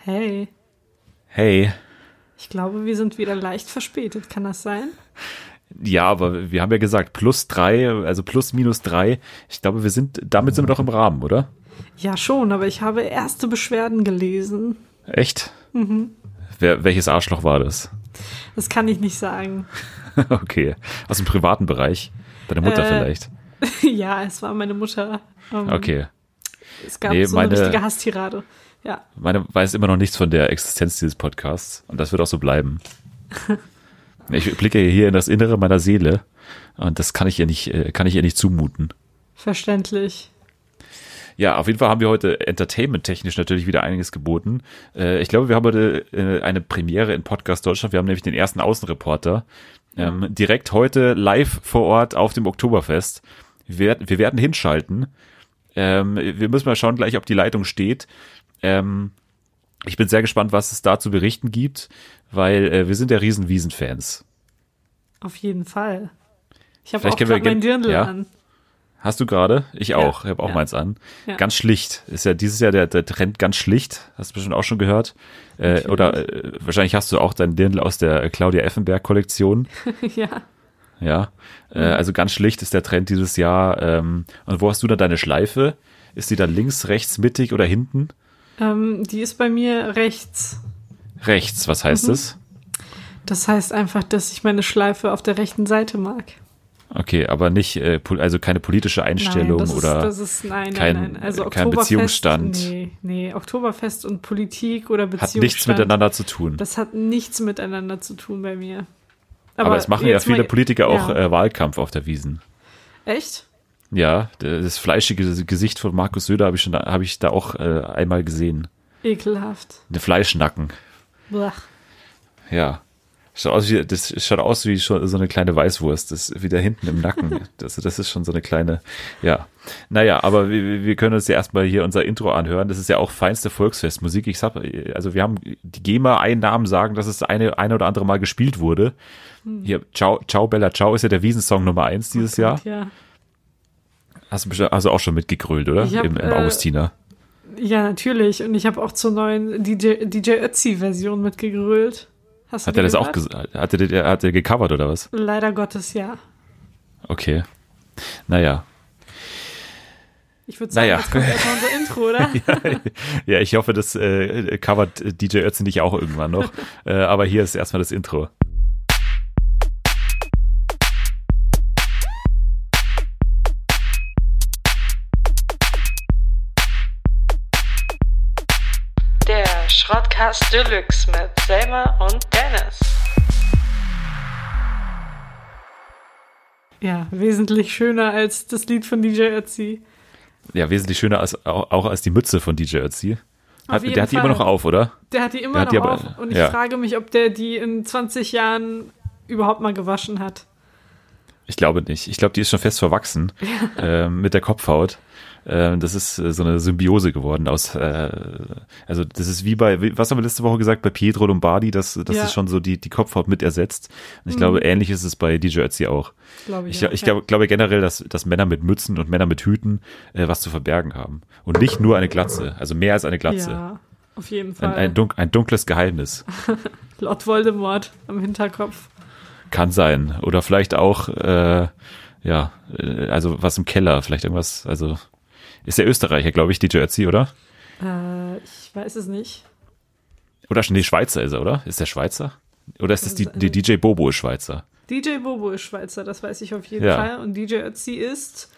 Hey, Hey, ich glaube, wir sind wieder leicht verspätet. Kann das sein? ja, aber wir haben ja gesagt, +3, also ±3. Ich glaube, damit sind wir doch im Rahmen, oder? Ja, schon, aber ich habe erste Beschwerden gelesen. Echt? Welches Arschloch war das? Das kann ich nicht sagen. Okay, aus dem privaten Bereich. Deine Mutter vielleicht. Ja, es war meine Mutter. Okay. Es gab Nee, so eine richtige Hasstirade. Ja. Meine weiß immer noch nichts von der Existenz dieses Podcasts und das wird auch so bleiben. Ich blicke hier in das Innere meiner Seele und das kann ich ihr nicht zumuten. Verständlich. Ja, auf jeden Fall haben wir heute entertainment-technisch natürlich wieder einiges geboten. Ich glaube, wir haben heute eine Premiere in Podcast Deutschland. Wir haben nämlich den ersten Außenreporter. Direkt heute live vor Ort auf dem Oktoberfest. Wir werden hinschalten. Wir müssen mal schauen gleich, ob die Leitung steht. Ich bin sehr gespannt, was es da zu berichten gibt, weil wir sind ja riesen Wiesn-Fans. Auf jeden Fall. Ich habe Vielleicht auch können wir gerade mein Dirndl ja? an. Hast du gerade? Ich auch. Ich habe auch Ja. meins an. Ja. Ganz schlicht. Ist ja dieses Jahr der Trend ganz schlicht. Hast du bestimmt auch schon gehört. Oder wahrscheinlich hast du auch dein Dirndl aus der Claudia Effenberg-Kollektion. Ja. Ja. Also ganz schlicht ist der Trend dieses Jahr. Und wo hast du dann deine Schleife? Ist die dann links, rechts, mittig oder hinten? Die ist bei mir rechts. Rechts, was heißt das? Das heißt einfach, dass ich meine Schleife auf der rechten Seite mag. Okay, aber nicht, also keine politische Einstellung Nein, oder nein. Also kein Oktoberfest, Beziehungsstand. Nee, Oktoberfest und Politik oder Hat Beziehungsstand. nichts miteinander zu tun. Das hat nichts miteinander zu tun bei mir. Aber es machen ja jetzt viele mal- Politiker auch Ja. Wahlkampf auf der Wiesn. Echt? Ja, das fleischige Gesicht von Markus Söder habe ich da auch einmal gesehen. Ekelhaft. Eine Fleischnacken. Blach. Ja. Das schaut aus wie schon so eine kleine Weißwurst. Das ist wieder hinten im Nacken. Das ist schon so eine kleine, ja. Naja, aber wir können uns ja erstmal hier unser Intro anhören. Das ist ja auch feinste Volksfestmusik. Also wir haben die GEMA-Einnahmen sagen, dass es eine oder andere Mal gespielt wurde. Hier, Ciao Bella Ciao ist ja der Wiesensong Nummer 1 dieses Jahr. Ja. Hast du bestimmt also auch schon mitgegrölt, oder? Ich hab, Im Augustiner. Ja, natürlich. Und ich habe auch zur neuen DJ Ötzi-Version mitgegrölt. Hast du Hat die er das auch gehört? hat er gecovert oder was? Leider Gottes, ja. Okay. Naja. Ich würde sagen, Naja. jetzt kommt erstmal unser Intro, oder? Ja, ich hoffe, das covert DJ Ötzi nicht auch irgendwann noch. Aber hier ist erstmal das Intro. Der Schrottcast Deluxe mit Selma und Dennis. Ja, wesentlich schöner als das Lied von DJ Ötzi. Ja, wesentlich schöner auch als die Mütze von DJ Ötzi. Auf jeden Der hat die Fall. immer noch auf, oder? Der hat die immer Der hat die noch aber- auf und ich ja. frage mich, ob der die in 20 Jahren überhaupt mal gewaschen hat. Ich glaube nicht. Ich glaube, die ist schon fest verwachsen mit der Kopfhaut. Das ist so eine Symbiose geworden aus, also das ist was haben wir letzte Woche gesagt, bei Pietro Lombardi, dass Ja. es schon so die Kopfhaut mit ersetzt. Und ich glaube, ähnlich ist es bei DJ Ötzi auch. Glaube ich. Ich glaube generell, dass Männer mit Mützen und Männer mit Hüten was zu verbergen haben. Und nicht nur eine Glatze, also mehr als eine Glatze. Ja, auf jeden Fall. Ein dunkles Geheimnis. Lord Voldemort am Hinterkopf. Kann sein. Oder vielleicht auch, also was im Keller, vielleicht irgendwas, also ist der Österreicher, glaube ich, DJ Ötzi, oder? Ich weiß es nicht. Oder nee, Schweizer ist er, oder? Ist der Schweizer? Oder ist das Das ist die DJ Bobo ist Schweizer? DJ Bobo ist Schweizer, das weiß ich auf jeden Ja. Fall. Und DJ Ötzi ist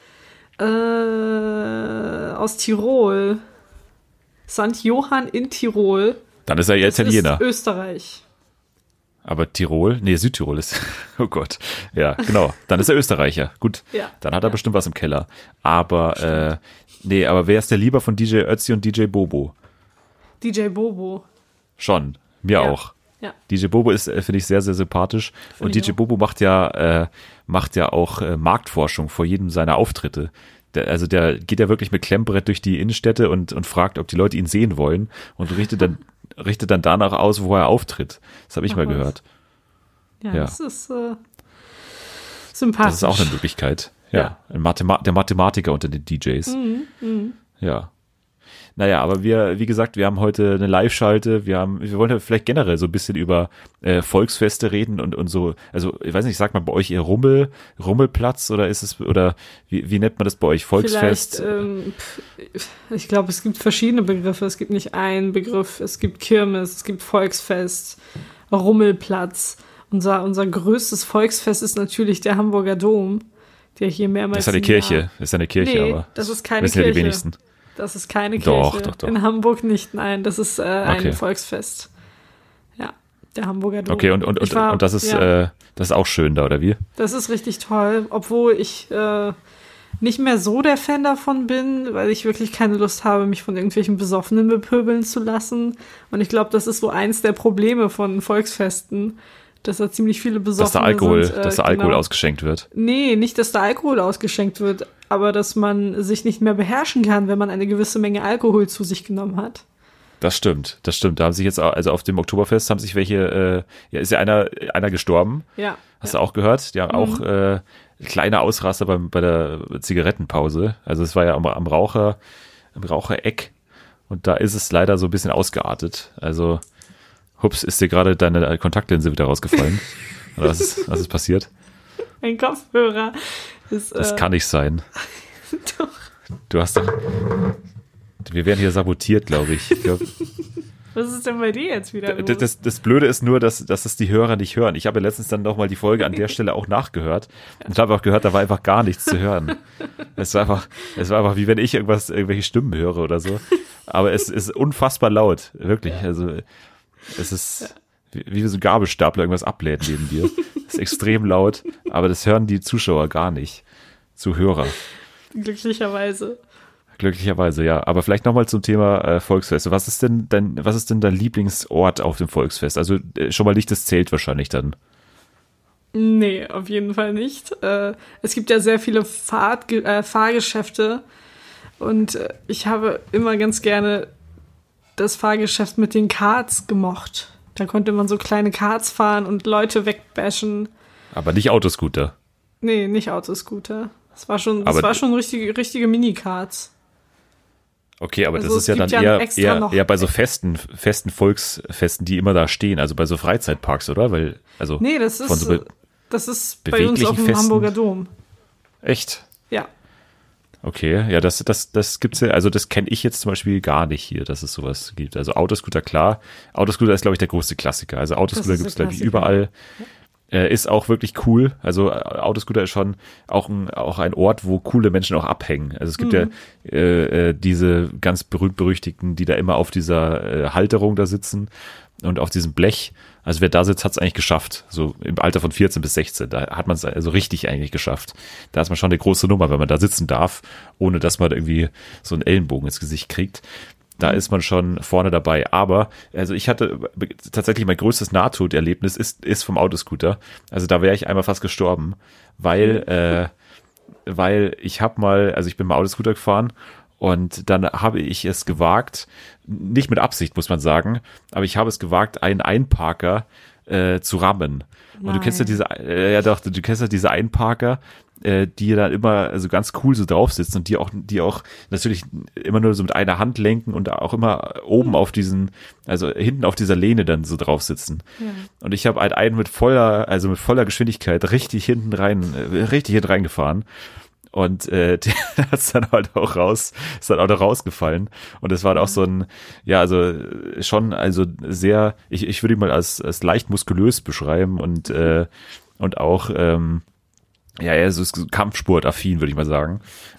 aus Tirol. St. Johann in Tirol. Dann ist er ja Das Italiener. ist Österreich. Aber Tirol? Nee, Südtirol ist. Oh Gott. Ja, genau. Dann ist er Österreicher. Gut. Ja. Dann hat er bestimmt was im Keller. Aber, aber wer ist der lieber von DJ Ötzi und DJ Bobo? DJ Bobo. Schon. Mir Ja. auch. Ja. DJ Bobo ist, finde ich, sehr, sehr sympathisch. Und Find ich DJ auch. Bobo macht ja auch Marktforschung vor jedem seiner Auftritte. Der geht ja wirklich mit Klemmbrett durch die Innenstädte und fragt, ob die Leute ihn sehen wollen und richtet dann danach aus, wo er auftritt. Das habe ich Ach mal was. gehört. Ja, Ja. das ist sympathisch. Das ist auch eine Möglichkeit. Ja. Der Mathematiker unter den DJs. Ja. Naja, aber wie gesagt, wir haben heute eine Live-Schalte, wir wollen ja vielleicht generell so ein bisschen über Volksfeste reden und so, also ich weiß nicht, sagt man bei euch eher Rummelplatz oder ist es, oder wie nennt man das bei euch? Volksfest? Ich glaube, es gibt verschiedene Begriffe, es gibt nicht einen Begriff, es gibt Kirmes, es gibt Volksfest, Rummelplatz. Unser größtes Volksfest ist natürlich der Hamburger Dom, der hier mehrmals. Das ist eine Kirche, nee, aber. Das ist keine Kirche. Ja die wenigsten. Das ist keine Kirche. Doch. In Hamburg nicht, nein. Das ist ein Okay. Volksfest. Ja, der Hamburger Dom. Okay, und das ist auch schön da, oder wie? Das ist richtig toll, obwohl ich nicht mehr so der Fan davon bin, weil ich wirklich keine Lust habe, mich von irgendwelchen Besoffenen bepöbeln zu lassen. Und ich glaube, das ist so eins der Probleme von Volksfesten, dass da ziemlich viele Besoffene sind. Dass da Alkohol ausgeschenkt wird. Nee, nicht, dass da Alkohol ausgeschenkt wird, aber dass man sich nicht mehr beherrschen kann, wenn man eine gewisse Menge Alkohol zu sich genommen hat. Das stimmt. Da haben sich jetzt, also auf dem Oktoberfest haben sich welche, ist ja einer gestorben. Ja. Hast du auch gehört? Die haben auch kleine Ausraster bei der Zigarettenpause. Also es war ja am Rauchereck und da ist es leider so ein bisschen ausgeartet. Also, hups, ist dir gerade deine Kontaktlinse wieder rausgefallen? Oder was ist passiert? Ein Kopfhörer ist. Das kann nicht sein. Doch. Du hast doch. Wir werden hier sabotiert, glaube ich. Was ist denn bei dir jetzt wieder los? Das Blöde ist nur, dass es die Hörer nicht hören. Ich habe letztens dann nochmal die Folge an der Stelle auch nachgehört und habe auch gehört, da war einfach gar nichts zu hören. Es war einfach wie wenn ich irgendwelche Stimmen höre oder so. Aber es ist unfassbar laut, wirklich. Also es ist wie so ein Gabelstapler irgendwas ablädt neben dir. Es ist extrem laut, aber das hören die Zuschauer gar nicht. Zuhörer. Glücklicherweise, ja. Aber vielleicht nochmal zum Thema Volksfest. Was ist denn dein Lieblingsort auf dem Volksfest? Also schon mal nicht das Zelt wahrscheinlich dann. Nee, auf jeden Fall nicht. Es gibt ja sehr viele Fahrgeschäfte und ich habe immer ganz gerne das Fahrgeschäft mit den Karts gemocht. Da konnte man so kleine Karts fahren und Leute wegbashen. Aber nicht Autoscooter. Nee, nicht Autoscooter. Das war schon richtige Minikarts. Okay, aber Also das ist ja dann eher bei so festen Volksfesten, die immer da stehen, also bei so Freizeitparks, oder? Weil, also nee, das ist bei uns auf dem Festen. Hamburger Dom. Echt? Ja. Okay, ja, das gibt's ja, also das kenne ich jetzt zum Beispiel gar nicht hier, dass es sowas gibt. Also Autoscooter, klar. Autoscooter ist, glaube ich, der größte Klassiker. Also Autoscooter gibt's, glaube ich, überall. Ist auch wirklich cool. Also Autoscooter ist schon auch ein Ort, wo coole Menschen auch abhängen. Also es gibt ja diese ganz berühmt-berüchtigten, die da immer auf dieser Halterung da sitzen und auf diesem Blech. Also wer da sitzt, hat es eigentlich geschafft. So im Alter von 14 bis 16. Da hat man es also richtig eigentlich geschafft. Da ist man schon eine große Nummer, wenn man da sitzen darf, ohne dass man irgendwie so einen Ellenbogen ins Gesicht kriegt. Da ist man schon vorne dabei. Aber, also ich hatte tatsächlich mein größtes Nahtoderlebnis ist vom Autoscooter. Also da wäre ich einmal fast gestorben, weil ich bin mal Autoscooter gefahren und dann habe ich es gewagt, nicht mit Absicht, muss man sagen, aber ich habe es gewagt, einen Einparker zu rammen. Und du kennst ja diese Einparker, die dann immer also ganz cool so drauf sitzen und die auch natürlich immer nur so mit einer Hand lenken und auch immer oben auf diesen, also hinten auf dieser Lehne dann so drauf sitzen. Ja. Und ich habe einen mit voller Geschwindigkeit richtig hinten reingefahren. Und der ist dann halt auch rausgefallen. Und das war auch so ein, ja, also schon, also sehr, ich würde ihn mal als leicht muskulös beschreiben und auch, ja, so ist Kampfsportaffin, würde ich mal sagen.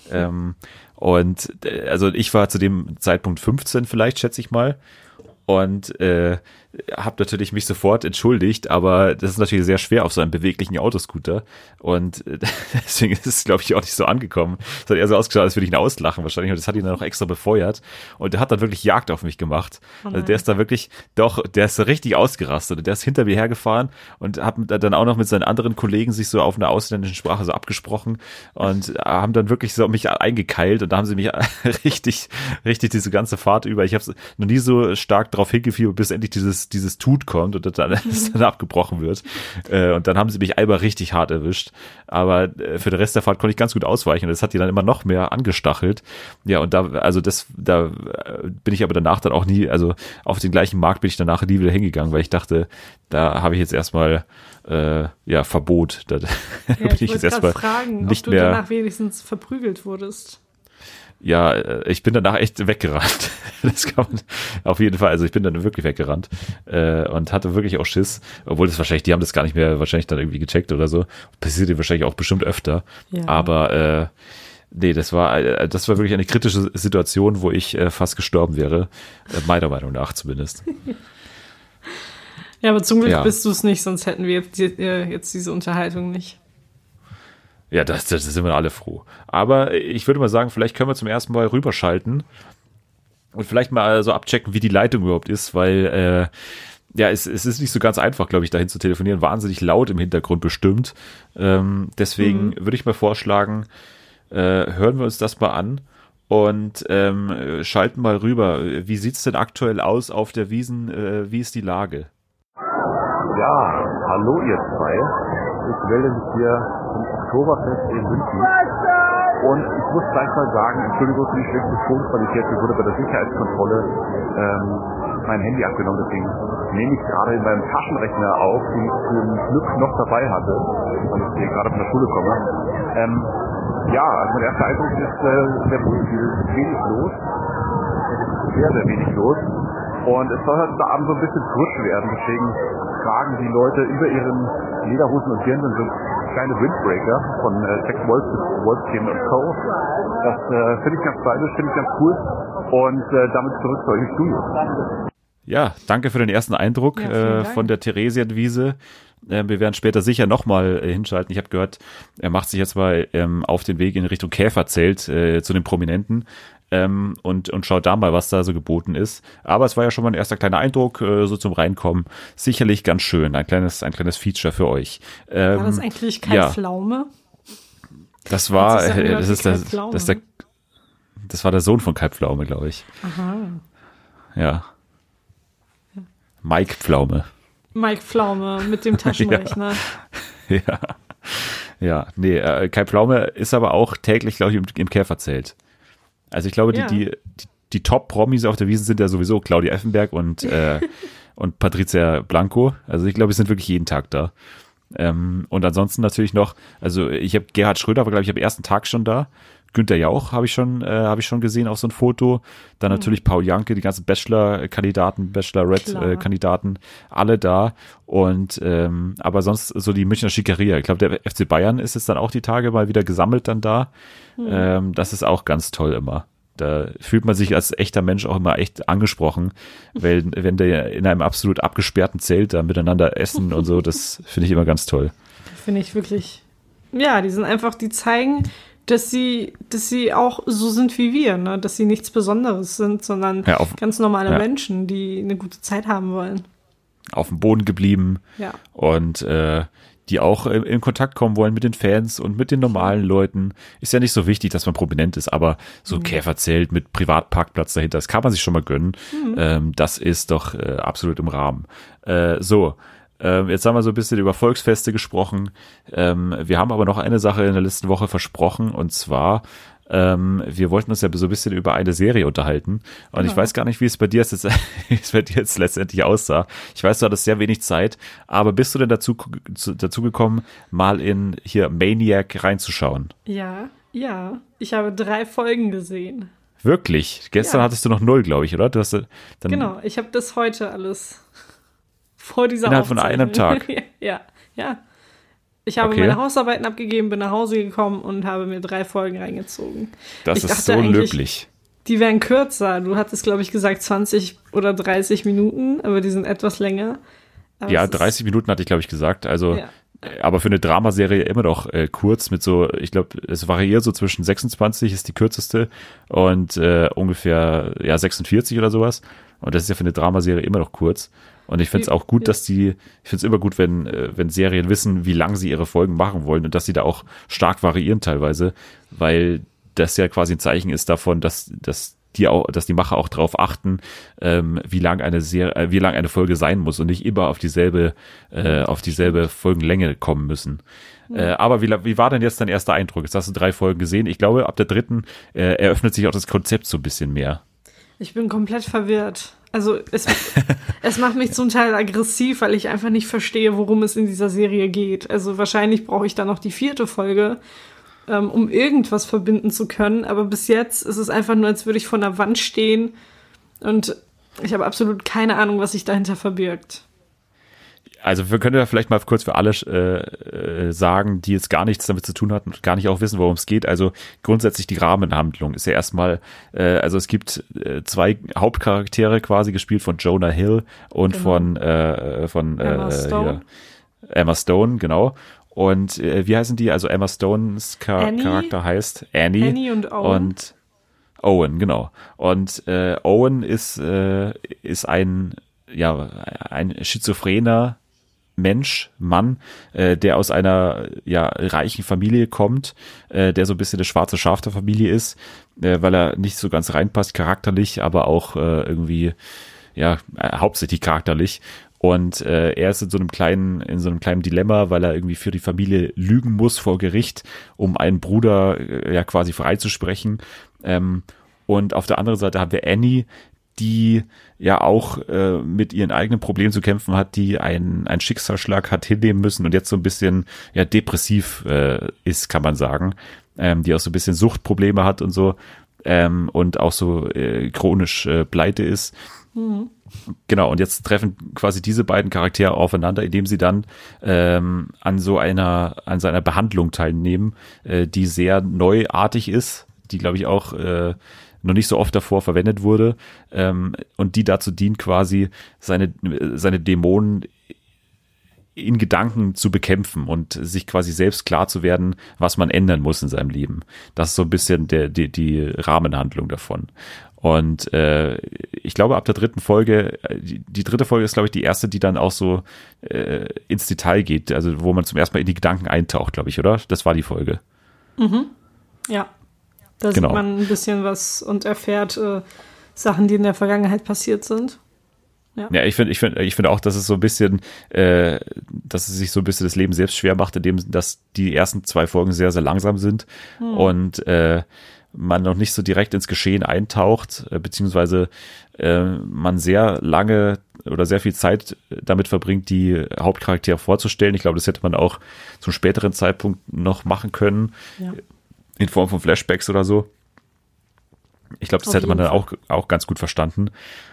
Und also ich war zu dem Zeitpunkt 15 vielleicht, schätze ich mal. Und habe natürlich mich sofort entschuldigt, aber das ist natürlich sehr schwer auf so einem beweglichen Autoscooter und deswegen ist es, glaube ich, auch nicht so angekommen. Es hat eher so ausgeschaut, als würde ich ihn auslachen wahrscheinlich und das hat ihn dann auch extra befeuert und der hat dann wirklich Jagd auf mich gemacht. Also der ist da wirklich, der ist richtig ausgerastet und der ist hinter mir hergefahren und hat dann auch noch mit seinen anderen Kollegen sich so auf einer ausländischen Sprache so abgesprochen und haben dann wirklich so mich eingekeilt und da haben sie mich richtig diese ganze Fahrt über, ich habe noch nie so stark darauf hingefiebert, bis endlich dieses Tut kommt und dann abgebrochen wird. Und dann haben sie mich einmal richtig hart erwischt. Aber für den Rest der Fahrt konnte ich ganz gut ausweichen und das hat die dann immer noch mehr angestachelt. Ja, und da bin ich aber danach dann auch nie, also auf den gleichen Markt bin ich danach nie wieder hingegangen, weil ich dachte, da habe ich jetzt erstmal Verbot. Da bin ich jetzt erstmal fragen, nicht ob du mehr. danach wenigstens verprügelt wurdest. Ja, ich bin danach echt weggerannt. Das kann man auf jeden Fall. Also ich bin dann wirklich weggerannt und hatte wirklich auch Schiss, obwohl das wahrscheinlich, die haben das gar nicht mehr wahrscheinlich dann irgendwie gecheckt oder so. Passiert dir wahrscheinlich auch bestimmt öfter. Ja. Aber nee, das war wirklich eine kritische Situation, wo ich fast gestorben wäre, meiner Meinung nach zumindest. Ja, aber zum Glück bist du es nicht, sonst hätten wir jetzt diese Unterhaltung nicht. Ja, das sind wir alle froh. Aber ich würde mal sagen, vielleicht können wir zum ersten Mal rüberschalten und vielleicht mal so abchecken, wie die Leitung überhaupt ist, weil es ist nicht so ganz einfach, glaube ich, dahin zu telefonieren. Wahnsinnig laut im Hintergrund bestimmt. Deswegen würde ich mal vorschlagen, hören wir uns das mal an und schalten mal rüber. Wie sieht's denn aktuell aus auf der Wiesn? Wie ist die Lage? Ja, hallo ihr zwei. Ich melde mich hier zum Oktoberfest in München. Und ich muss gleich mal sagen, Entschuldigung für die schlechte Tonqualität, mir wurde bei der Sicherheitskontrolle mein Handy abgenommen, deswegen nehme ich gerade in meinem Taschenrechner auf, den ich zum Glück noch dabei hatte, weil ich hier gerade von der Schule komme. Also mein erster Eindruck ist sehr positiv, es ist wenig los. Es ist sehr, sehr wenig los. Und es soll heute Abend so ein bisschen frisch werden, deswegen tragen die Leute über ihren Lederhosen und Dirndl so kleine Windbreaker von Jack Wolfskin und Co. Das finde ich ganz stylisch, finde ich ganz cool. Und damit zurück zu euch im Studio. Ja, danke für den ersten Eindruck von der Theresienwiese. Wir werden später sicher nochmal hinschalten. Ich habe gehört, er macht sich jetzt mal auf den Weg in Richtung Käferzelt zu den Prominenten. Und schaut da mal, was da so geboten ist. Aber es war ja schon mal ein erster kleiner Eindruck, so zum Reinkommen. Sicherlich ganz schön, ein kleines Feature für euch. War das eigentlich Kai Pflaume? Das war, das war der Sohn von Kai Pflaume, glaube ich. Aha. Ja. Mike Pflaume. Mike Pflaume mit dem Taschenrechner. Nee, Kai Pflaume ist aber auch täglich, glaube ich, im Käferzelt. Also ich glaube, die Top-Promis auf der Wiesn sind ja sowieso Claudia Effenberg und Patricia Blanco. Also ich glaube, die sind wirklich jeden Tag da. Und ansonsten natürlich noch, also ich habe Gerhard Schröder, war glaube ich am ersten Tag schon da. Günther Jauch habe ich schon gesehen auf so ein Foto. Dann natürlich Paul Janke, die ganzen Bachelor-Kandidaten, Bachelorette-Kandidaten, alle da. Und aber sonst so die Münchner Schickeria. Ich glaube, der FC Bayern ist jetzt dann auch die Tage mal wieder gesammelt dann da. Das ist auch ganz toll immer. Da fühlt man sich als echter Mensch auch immer echt angesprochen, weil wenn der in einem absolut abgesperrten Zelt da miteinander essen und so, das finde ich immer ganz toll. Finde ich wirklich. Ja, die sind einfach, die zeigen, dass sie auch so sind wie wir, ne? Dass sie nichts Besonderes sind, sondern ganz normale Menschen, die eine gute Zeit haben wollen. Auf dem Boden geblieben und die auch in Kontakt kommen wollen mit den Fans und mit den normalen Leuten. Ist ja nicht so wichtig, dass man prominent ist, aber so ein Käferzelt mit Privatparkplatz dahinter, das kann man sich schon mal gönnen. Das ist doch absolut im Rahmen. Jetzt haben wir so ein bisschen über Volksfeste gesprochen. Wir haben aber noch eine Sache in der letzten Woche versprochen, und zwar wir wollten uns ja so ein bisschen über eine Serie unterhalten. Und ich weiß gar nicht, wie es bei dir jetzt letztendlich aussah. Ich weiß, du hattest sehr wenig Zeit, aber bist du denn dazu gekommen, mal in hier Maniac reinzuschauen? Ja. Ich habe 3 Folgen gesehen. Wirklich? Gestern hattest du noch 0, glaube ich, oder? Du hast dann genau, ich habe das heute alles vor dieser innerhalb von einem Tag? Ja. Ich habe meine Hausarbeiten abgegeben, bin nach Hause gekommen und habe mir 3 Folgen reingezogen. Das ist so löblich. Die wären kürzer. Du hattest, glaube ich, gesagt 20 oder 30 Minuten, aber die sind etwas länger. Aber ja, 30 Minuten hatte ich, glaube ich, gesagt. Also, aber für eine Dramaserie immer noch kurz mit so, ich glaube, es variiert so zwischen 26 ist die kürzeste und ungefähr 46 oder sowas. Und das ist ja für eine Dramaserie immer noch kurz. Und ich finde es auch gut, ich finde es immer gut, wenn Serien wissen, wie lang sie ihre Folgen machen wollen und dass sie da auch stark variieren teilweise, weil das ja quasi ein Zeichen ist davon, dass dass die Macher auch darauf achten, wie lang eine Folge sein muss und nicht immer auf dieselbe Folgenlänge kommen müssen. Aber wie war denn jetzt dein erster Eindruck? Jetzt hast du 3 Folgen gesehen. Ich glaube, ab der 3. eröffnet sich auch das Konzept so ein bisschen mehr. Ich bin komplett verwirrt. Also es macht mich zum Teil aggressiv, weil ich einfach nicht verstehe, worum es in dieser Serie geht. Also wahrscheinlich brauche ich dann noch die 4. Folge, um irgendwas verbinden zu können. Aber bis jetzt ist es einfach nur, als würde ich vor einer Wand stehen und ich habe absolut keine Ahnung, was sich dahinter verbirgt. Also wir können ja vielleicht mal kurz für alle sagen, die jetzt gar nichts damit zu tun hatten und gar nicht auch wissen, worum es geht. Also grundsätzlich die Rahmenhandlung ist ja erstmal, also es gibt 2 Hauptcharaktere quasi, gespielt von Jonah Hill und von Emma Stone. Emma Stone, genau. Und wie heißen die? Also Emma Stones Charakter heißt Annie und Owen. Und Owen, genau. Und Owen ist ein schizophrener Mann, der aus einer reichen Familie kommt, der so ein bisschen das schwarze Schaf der Familie ist, weil er nicht so ganz reinpasst charakterlich, aber auch irgendwie hauptsächlich charakterlich. Und er ist in so einem kleinen Dilemma, weil er irgendwie für die Familie lügen muss vor Gericht, um einen Bruder quasi freizusprechen. Und auf der anderen Seite haben wir Annie, die ja auch mit ihren eigenen Problemen zu kämpfen hat, die einen Schicksalsschlag hat hinnehmen müssen und jetzt so ein bisschen depressiv ist, kann man sagen, die auch so ein bisschen Suchtprobleme hat und so und auch so chronisch pleite ist. Mhm. Genau, und jetzt treffen quasi diese beiden Charaktere aufeinander, indem sie dann an seiner Behandlung teilnehmen, die sehr neuartig ist, die glaube ich auch noch nicht so oft davor verwendet wurde, und die dazu dient, quasi seine Dämonen in Gedanken zu bekämpfen und sich quasi selbst klar zu werden, was man ändern muss in seinem Leben. Das ist so ein bisschen die Rahmenhandlung davon. Und ich glaube, ab der 3. Folge, die 3. Folge ist, glaube ich, die erste, die dann auch so ins Detail geht, also wo man zum ersten Mal in die Gedanken eintaucht, glaube ich, oder? Das war die Folge. Mhm. Ja. Da sieht man ein bisschen was und erfährt Sachen, die in der Vergangenheit passiert sind. Ja, ich finde auch, dass es so ein bisschen, dass es sich so ein bisschen das Leben selbst schwer macht, indem dass die ersten 2 Folgen sehr, sehr langsam sind und man noch nicht so direkt ins Geschehen eintaucht, beziehungsweise man sehr lange oder sehr viel Zeit damit verbringt, die Hauptcharaktere vorzustellen. Ich glaube, das hätte man auch zum späteren Zeitpunkt noch machen können. Ja. In Form von Flashbacks oder so. Ich glaube, das hätte man dann auch ganz gut verstanden.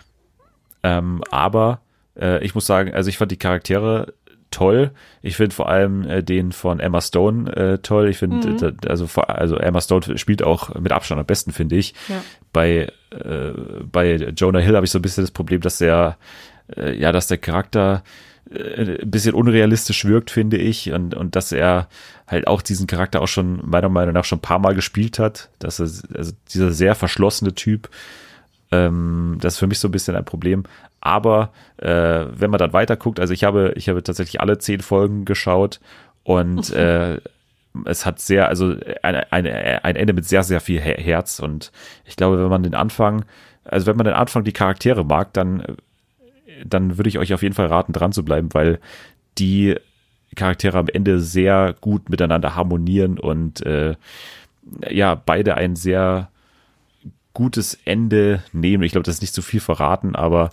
Aber ich muss sagen, also ich fand die Charaktere toll. Ich finde vor allem den von Emma Stone toll. Ich finde, also Emma Stone spielt auch mit Abstand am besten, finde ich. Ja. Bei Jonah Hill habe ich so ein bisschen das Problem, dass der Charakter ein bisschen unrealistisch wirkt, finde ich, und dass er halt auch diesen Charakter auch schon meiner Meinung nach schon ein paar Mal gespielt hat, dass er, also dieser sehr verschlossene Typ, das ist für mich so ein bisschen ein Problem, aber wenn man dann weiter guckt, also ich habe tatsächlich alle 10 Folgen geschaut und es hat ein Ende mit sehr, sehr viel Herz, und ich glaube, wenn man den Anfang die Charaktere mag, dann würde ich euch auf jeden Fall raten, dran zu bleiben, weil die Charaktere am Ende sehr gut miteinander harmonieren und beide ein sehr gutes Ende nehmen. Ich glaube, das ist nicht zu viel verraten, aber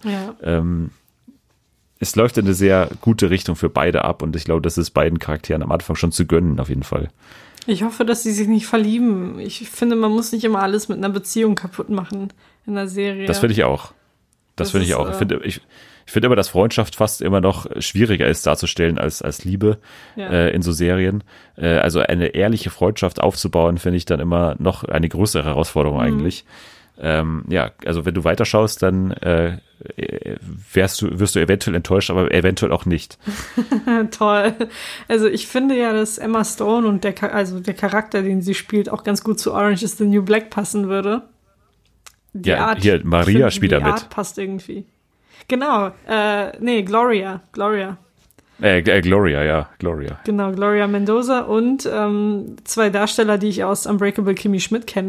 es läuft in eine sehr gute Richtung für beide ab, und ich glaube, das ist beiden Charakteren am Anfang schon zu gönnen, auf jeden Fall. Ich hoffe, dass sie sich nicht verlieben. Ich finde, man muss nicht immer alles mit einer Beziehung kaputt machen in einer Serie. Das finde ich auch. Das finde ich auch. Ich finde immer, dass Freundschaft fast immer noch schwieriger ist darzustellen als Liebe in so Serien. Also eine ehrliche Freundschaft aufzubauen, finde ich dann immer noch eine größere Herausforderung eigentlich. Also wenn du weiterschaust, dann wirst du eventuell enttäuscht, aber eventuell auch nicht. Toll. Also ich finde ja, dass Emma Stone und der Charakter, den sie spielt, auch ganz gut zu Orange is the New Black passen würde. Die Art, hier, Maria spielt da mit. Die Art passt irgendwie. Genau, Gloria. Gloria, ja, Gloria. Genau, Gloria Mendoza und 2 Darsteller, die ich aus Unbreakable Kimmy Schmidt kenne,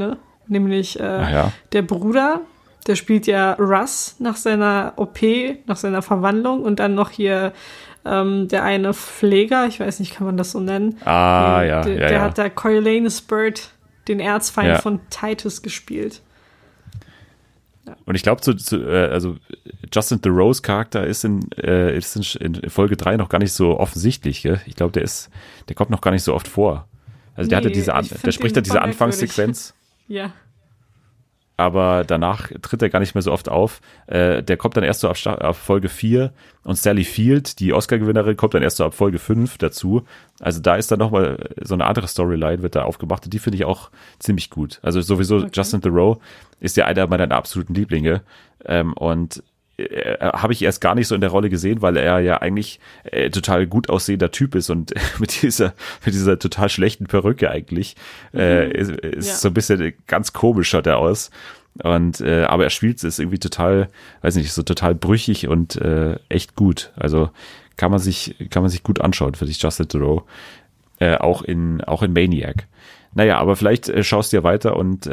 nämlich der Bruder, der spielt ja Russ nach seiner OP, nach seiner Verwandlung und dann noch hier der eine Pfleger, ich weiß nicht, kann man das so nennen? Der hat da Coriolanus Bird, den Erzfeind von Titus, gespielt. Ja. Und ich glaube, also Justin Theroux Charakter ist in Folge 3 noch gar nicht so offensichtlich. Gell? Ich glaube, der kommt noch gar nicht so oft vor. Also der spricht da diese Anfangssequenz. Ja. Aber danach tritt er gar nicht mehr so oft auf. Der kommt dann erst so ab Folge 4 und Sally Field, die Oscar-Gewinnerin, kommt dann erst so ab Folge 5 dazu. Also da ist dann nochmal so eine andere Storyline, wird da aufgemacht und die finde ich auch ziemlich gut. Also sowieso Justin Theroux ist ja einer meiner absoluten Lieblinge und habe ich erst gar nicht so in der Rolle gesehen, weil er ja eigentlich total gut aussehender Typ ist und mit dieser total schlechten Perücke eigentlich ist so ein bisschen ganz komisch schaut er aus. Und aber er spielt es irgendwie total, weiß nicht, so total brüchig und echt gut. Also kann man sich gut anschauen für dich, Justin Theroux. Auch in Maniac. Naja, aber vielleicht schaust du ja weiter und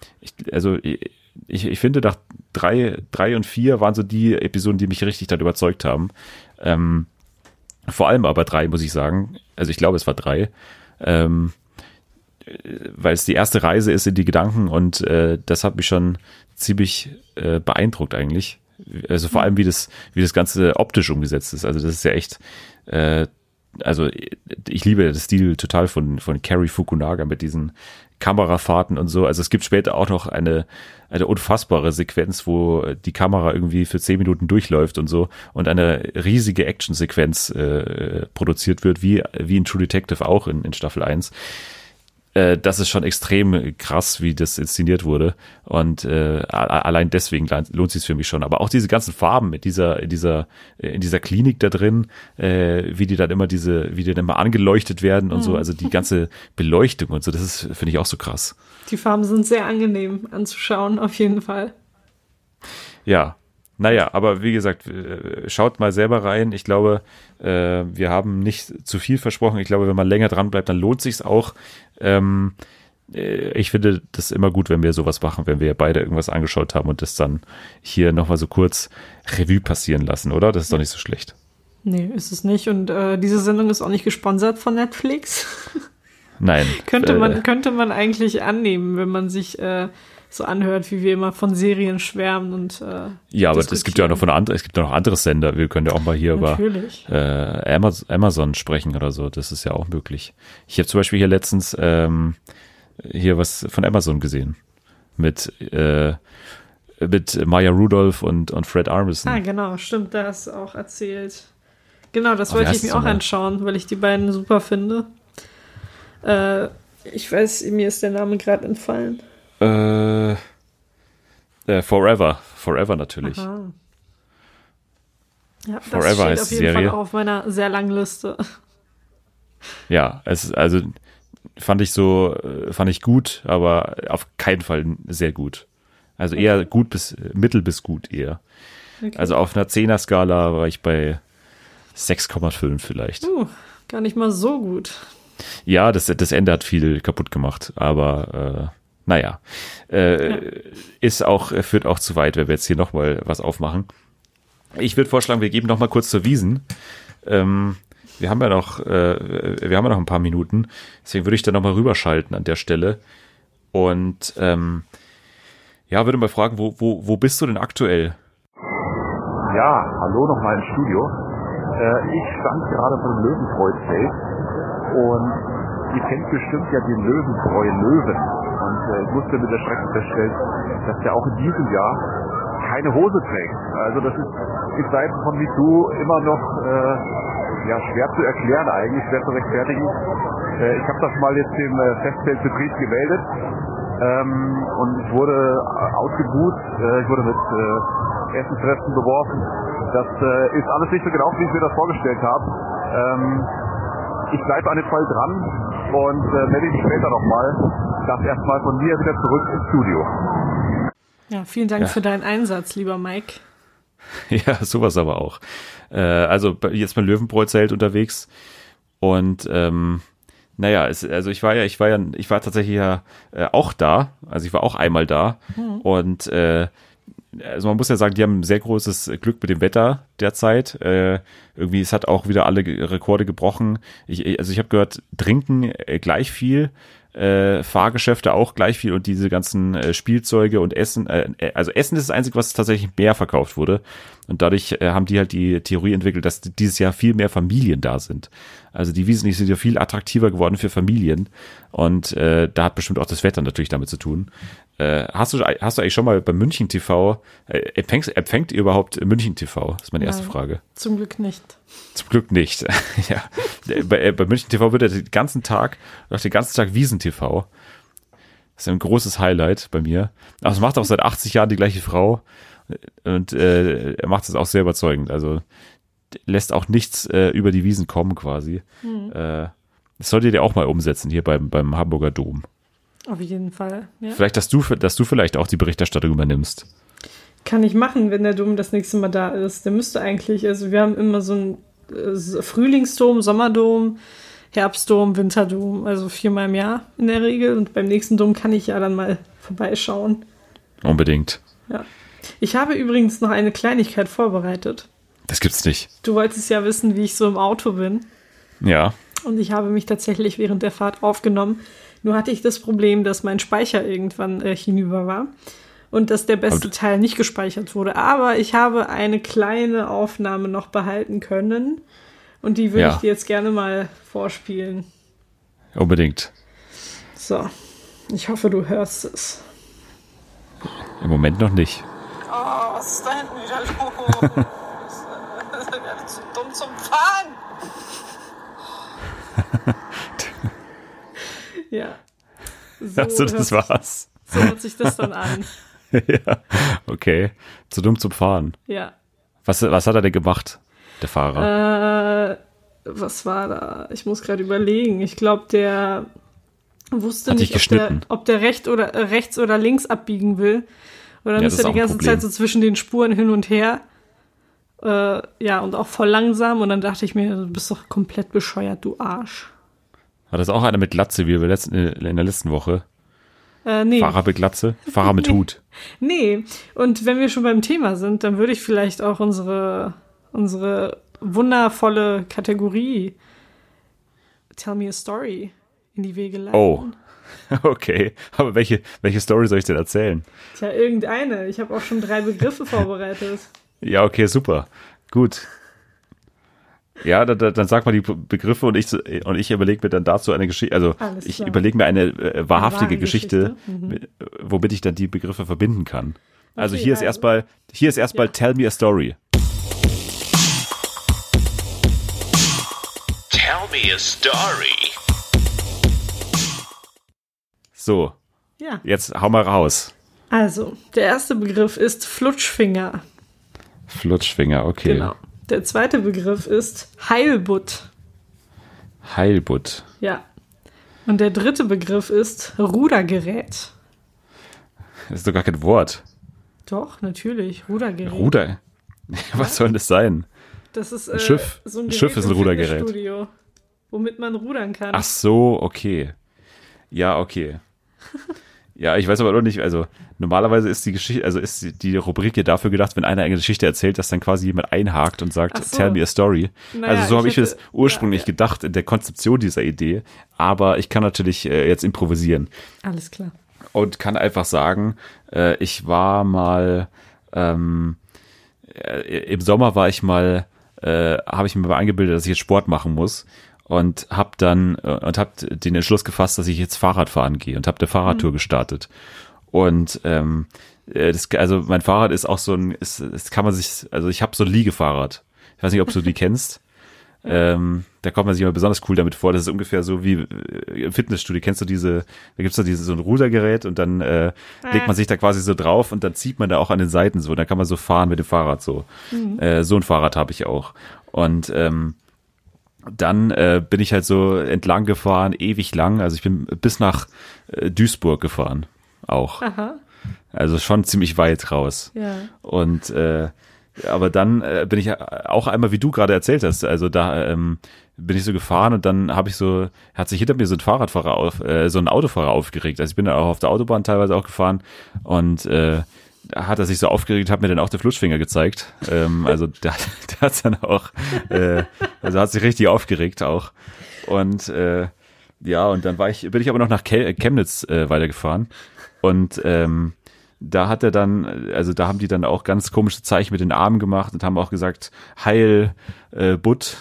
ich finde, nach 3 und 4 waren so die Episoden, die mich richtig dann überzeugt haben. Vor allem aber 3, muss ich sagen. Also ich glaube, es war 3. Weil es die erste Reise ist in die Gedanken und das hat mich schon ziemlich beeindruckt eigentlich. Also vor allem, wie das Ganze optisch umgesetzt ist. Also das ist ja echt also ich liebe den Stil total von Cary Fukunaga mit diesen Kamerafahrten und so. Also es gibt später auch noch eine unfassbare Sequenz, wo die Kamera irgendwie für 10 Minuten durchläuft und so und eine riesige Actionsequenz produziert wird, wie in True Detective auch in Staffel 1. Das ist schon extrem krass, wie das inszeniert wurde und allein deswegen lohnt sich für mich schon. Aber auch diese ganzen Farben in dieser Klinik da drin, wie die dann immer angeleuchtet werden und so, also die ganze Beleuchtung und so, das ist, finde ich, auch so krass. Die Farben sind sehr angenehm anzuschauen, auf jeden Fall. Ja. Naja, aber wie gesagt, schaut mal selber rein. Ich glaube, wir haben nicht zu viel versprochen. Ich glaube, wenn man länger dran bleibt, dann lohnt sich's auch. Ich finde das immer gut, wenn wir sowas machen, wenn wir beide irgendwas angeschaut haben und das dann hier nochmal so kurz Revue passieren lassen, oder? Das ist doch nicht so schlecht. Nee, ist es nicht. Und diese Sendung ist auch nicht gesponsert von Netflix. Nein. Könnte man eigentlich annehmen, wenn man sich so anhört, wie wir immer von Serien schwärmen und ja, aber es gibt ja auch noch andere Sender. Wir können ja auch mal hier Natürlich. über Amazon sprechen oder so. Das ist ja auch möglich. Ich habe zum Beispiel hier letztens hier was von Amazon gesehen mit Maya Rudolph und Fred Armisen. Ah, genau, stimmt, da hast du auch erzählt. Genau, das wollte ich mir auch anschauen, weil ich die beiden super finde. Ich weiß, mir ist der Name gerade entfallen. Forever natürlich. Aha. Ja, das Forever steht heißt auf die jeden Serie. Fall auf meiner sehr langen Liste. Ja, also fand ich gut, aber auf keinen Fall sehr gut. Also eher gut bis mittel bis gut eher. Okay. Also auf einer 10er-Skala war ich bei 6,5 vielleicht. Gar nicht mal so gut. Ja, das Ende hat viel kaputt gemacht, aber naja, führt auch zu weit, wenn wir jetzt hier nochmal was aufmachen. Ich würde vorschlagen, wir geben nochmal kurz zur Wiesn. Wir haben ja noch ein paar Minuten, deswegen würde ich da nochmal rüberschalten an der Stelle. Und würde mal fragen, wo bist du denn aktuell? Ja, hallo nochmal im Studio. Ich stand gerade vor dem Löwenbräu-Zelt und ihr kennt bestimmt ja den Löwenbräu Löwen. Und ich musste mit der Schrecken feststellen, dass der auch in diesem Jahr keine Hose trägt. Also das ist in Zeiten von MeToo immer noch schwer zu erklären eigentlich, schwer zu rechtfertigen. Ich habe das mal jetzt dem Festzeltbetrieb gemeldet und ich wurde ausgebuht, ich wurde mit Essenskräften beworfen. Das ist alles nicht so genau, wie ich mir das vorgestellt habe. Ich bleibe an dem Fall dran und melde mich später nochmal. Das erstmal von mir wieder zurück ins Studio. Ja, vielen Dank für deinen Einsatz, lieber Mike. Ja, sowas aber auch. Also jetzt beim Löwenbräu-Zelt unterwegs und Naja, also ich war tatsächlich ja auch da. Also ich war auch einmal da. Und also man muss ja sagen, die haben sehr großes Glück mit dem Wetter derzeit. Irgendwie, es hat auch wieder alle Rekorde gebrochen. Also ich habe gehört, trinken gleich viel, Fahrgeschäfte auch gleich viel und diese ganzen Spielzeuge und Essen. Also Essen ist das Einzige, was tatsächlich mehr verkauft wurde. Und dadurch haben die halt die Theorie entwickelt, dass dieses Jahr viel mehr Familien da sind. Also die Wiesn sind ja viel attraktiver geworden für Familien. Und da hat bestimmt auch das Wetter natürlich damit zu tun. Hast du eigentlich schon mal bei München TV, empfängt ihr überhaupt München TV? Das ist meine erste Frage. Zum Glück nicht. Zum Glück nicht. Ja. Bei München TV wird ja den ganzen Tag Wiesn TV. Das ist ein großes Highlight bei mir. Aber es macht auch seit 80 Jahren die gleiche Frau. Und er macht es auch sehr überzeugend. Also lässt auch nichts über die Wiesn kommen quasi. Das solltet ihr auch mal umsetzen hier beim Hamburger Dom. Auf jeden Fall. Ja. Vielleicht, dass du vielleicht auch die Berichterstattung übernimmst. Kann ich machen, wenn der Dom das nächste Mal da ist. Der müsste eigentlich, also wir haben immer so einen Frühlingsdom, Sommerdom, Herbstdom, Winterdom, also 4-mal im Jahr in der Regel. Und beim nächsten Dom kann ich ja dann mal vorbeischauen. Unbedingt. Ja. Ich habe übrigens noch eine Kleinigkeit vorbereitet. Das gibt's nicht. Du wolltest ja wissen, wie ich so im Auto bin. Ja. Und ich habe mich tatsächlich während der Fahrt aufgenommen. Nur hatte ich das Problem, dass mein Speicher irgendwann hinüber war und dass der beste Teil nicht gespeichert wurde. Aber ich habe eine kleine Aufnahme noch behalten können und die würde ich dir jetzt gerne mal vorspielen. Unbedingt. So, ich hoffe, du hörst es. Im Moment noch nicht. Oh, was ist da hinten wieder los? Das ist ja zu dumm zum Fahren. Ja. So also das war's. So hört sich das dann an. Ja, okay. Zu dumm zum Fahren. Ja. Was hat er denn gemacht, der Fahrer? Was war da? Ich muss gerade überlegen. Ich glaube, der wusste hat nicht, ob der rechts oder links abbiegen will. Oder dann ist er die ganze Zeit so zwischen den Spuren hin und her. Ja, und auch voll langsam. Und dann dachte ich mir, du bist doch komplett bescheuert, du Arsch. War das auch einer mit Glatze, wie wir in der letzten Woche? Nee. Fahrer mit Glatze? Fahrer mit Hut? Nee. Und wenn wir schon beim Thema sind, dann würde ich vielleicht auch unsere wundervolle Kategorie Tell Me a Story in die Wege leiten. Oh, okay. Aber welche Story soll ich denn erzählen? Tja, irgendeine. Ich habe auch schon 3 Begriffe vorbereitet. Ja, okay, super. Gut. Ja, dann sag mal die Begriffe und ich überlege mir dann dazu eine Geschichte, also ich überlege mir eine wahrhaftige Geschichte, womit ich dann die Begriffe verbinden kann. Also hier ist erstmal Tell Me a Story. Tell me a story. So. Ja. Jetzt hau mal raus. Also, der erste Begriff ist Flutschfinger. Flutschfinger, okay. Genau. Der zweite Begriff ist Heilbutt. Heilbutt. Ja. Und der dritte Begriff ist Rudergerät. Das ist doch gar kein Wort. Doch, natürlich. Rudergerät. Ruder? Was soll das sein? Das ist ein Schiff. So ein Gerät Schiff ist ein Rudergerät. Fitnessstudio, womit man rudern kann. Ach so, okay. Ja, okay. Ja, ich weiß aber noch nicht, also normalerweise ist die Geschichte, also ist die Rubrik hier dafür gedacht, wenn einer eine Geschichte erzählt, dass dann quasi jemand einhakt und sagt, so. Tell me a story. Naja, also so habe ich das ursprünglich gedacht in der Konzeption dieser Idee, aber ich kann natürlich jetzt improvisieren. Alles klar. Und kann einfach sagen, ich war mal, im Sommer war ich mal, habe ich mir mal eingebildet, dass ich jetzt Sport machen muss. Und hab den Entschluss gefasst, dass ich jetzt Fahrrad fahren gehe und habe eine Fahrradtour gestartet. Und also mein Fahrrad ist auch so das kann man sich, also ich habe so ein Liegefahrrad. Ich weiß nicht, ob du die kennst. Da kommt man sich immer besonders cool damit vor. Das ist ungefähr so wie im Fitnessstudio. Kennst du da gibt's doch so ein Rudergerät und dann legt man sich da quasi so drauf und dann zieht man da auch an den Seiten so. Und dann kann man so fahren mit dem Fahrrad so. So ein Fahrrad habe ich auch. Und dann bin ich halt so entlang gefahren, ewig lang. Also ich bin bis nach Duisburg gefahren auch. Aha. Also schon ziemlich weit raus. Ja. Und aber dann bin ich auch einmal, wie du gerade erzählt hast, also da bin ich so gefahren und dann hat sich hinter mir so ein Autofahrer aufgeregt. Also ich bin dann auch auf der Autobahn teilweise auch gefahren und da hat er sich so aufgeregt, hat mir dann auch den Flutschfinger gezeigt. Also der hat dann auch, also hat sich richtig aufgeregt auch. Und ja, und dann bin ich aber noch nach Chemnitz weitergefahren und da hat er dann, also da haben die dann auch ganz komische Zeichen mit den Armen gemacht und haben auch gesagt, Heil Butt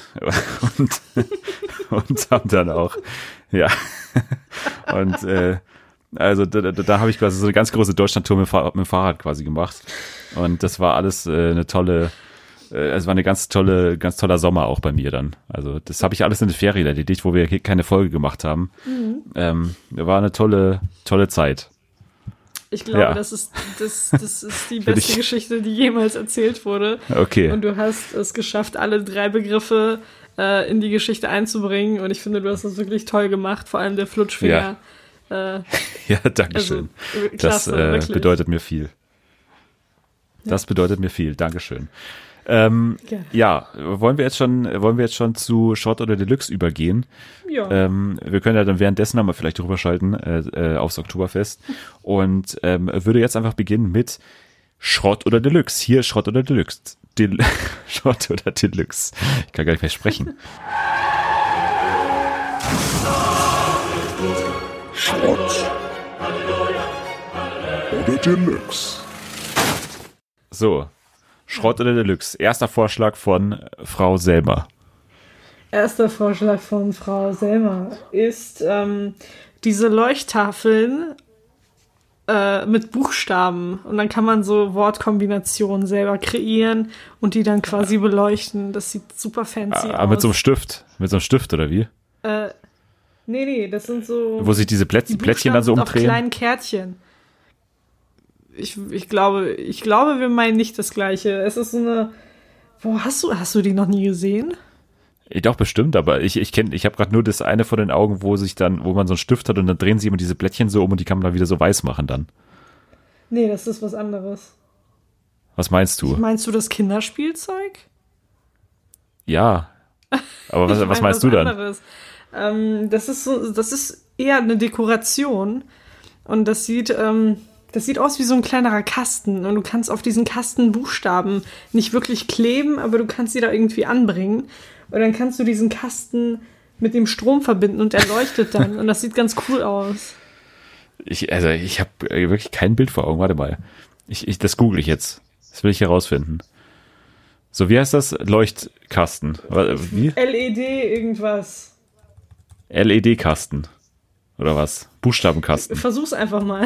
und haben dann auch, ja, und also da habe ich quasi so eine ganz große Deutschlandtour mit dem Fahrrad quasi gemacht und das war alles eine tolle, es war eine ganz toller Sommer auch bei mir dann. Also das habe ich alles in den Ferien erledigt, wo wir keine Folge gemacht haben. War eine tolle Zeit. Ich glaube, das ist die beste Geschichte, die jemals erzählt wurde. Okay. Und du hast es geschafft, alle 3 Begriffe in die Geschichte einzubringen. Und ich finde, du hast das wirklich toll gemacht. Vor allem der Flutschfinger. Ja, danke schön. Also, klasse, das bedeutet mir viel. Das bedeutet mir viel. Dankeschön. Ja, wollen wir jetzt schon zu Schrott oder Deluxe übergehen? Ja. Wir können ja dann währenddessen aber vielleicht rüberschalten aufs Oktoberfest und würde jetzt einfach beginnen mit Schrott oder Deluxe. Hier Schrott oder Deluxe. Schrott oder Deluxe. Ich kann gar nicht mehr sprechen. Schrott oder Deluxe. So. Schrott oder Deluxe. Erster Vorschlag von Frau Selmer. Erster Vorschlag von Frau Selmer ist diese Leuchttafeln mit Buchstaben. Und dann kann man so Wortkombinationen selber kreieren und die dann quasi beleuchten. Das sieht super fancy aus. Mit so einem Stift. Mit so einem Stift, oder wie? Nee, das sind so... Wo sich diese Plättchen dann so umdrehen? Auf kleinen Kärtchen. Ich glaube, wir meinen nicht das Gleiche. Es ist so eine... Boah, hast du die noch nie gesehen? Doch, bestimmt, aber ich habe gerade nur das eine vor den Augen, wo man so einen Stift hat und dann drehen sie immer diese Plättchen so um und die kann man dann wieder so weiß machen dann. Nee, das ist was anderes. Was meinst du? Meinst du das Kinderspielzeug? Ja. Aber was meinst du dann? Anderes. Das ist eher eine Dekoration und das sieht aus wie so ein kleinerer Kasten und du kannst auf diesen Kasten Buchstaben nicht wirklich kleben, aber du kannst sie da irgendwie anbringen und dann kannst du diesen Kasten mit dem Strom verbinden und er leuchtet dann und das sieht ganz cool aus. Ich habe wirklich kein Bild vor Augen. Warte mal. Das google ich jetzt. Das will ich herausfinden. So, wie heißt das? Leuchtkasten. Wie? LED irgendwas. LED-Kasten. Oder was? Buchstabenkasten. Versuch's einfach mal.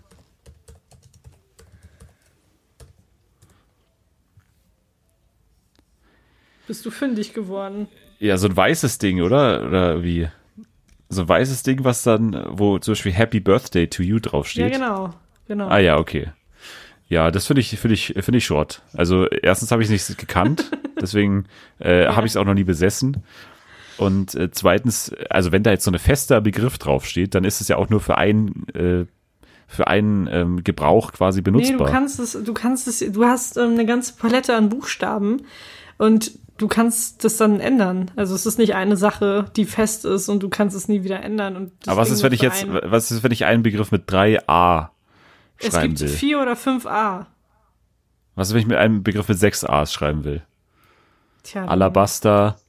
Bist du fündig geworden? Ja, so ein weißes Ding, oder? Oder wie? So ein weißes Ding, was dann, wo zum Beispiel Happy Birthday to you draufsteht. Ja, genau. Ah ja, okay. Ja, das finde ich Schrott. Also erstens habe ich es nicht gekannt, deswegen habe ich es auch noch nie besessen. Und zweitens, also wenn da jetzt so ein fester Begriff draufsteht, dann ist es ja auch nur für einen Gebrauch quasi benutzbar. Nee, du hast eine ganze Palette an Buchstaben und du kannst das dann ändern. Also es ist nicht eine Sache, die fest ist und du kannst es nie wieder ändern. Und aber was ist, wenn ich einen Begriff mit 3a schreiben will? Es gibt 4 oder 5a. Was ist, wenn ich mit einem Begriff mit 6 a's schreiben will? Tja. Alabaster,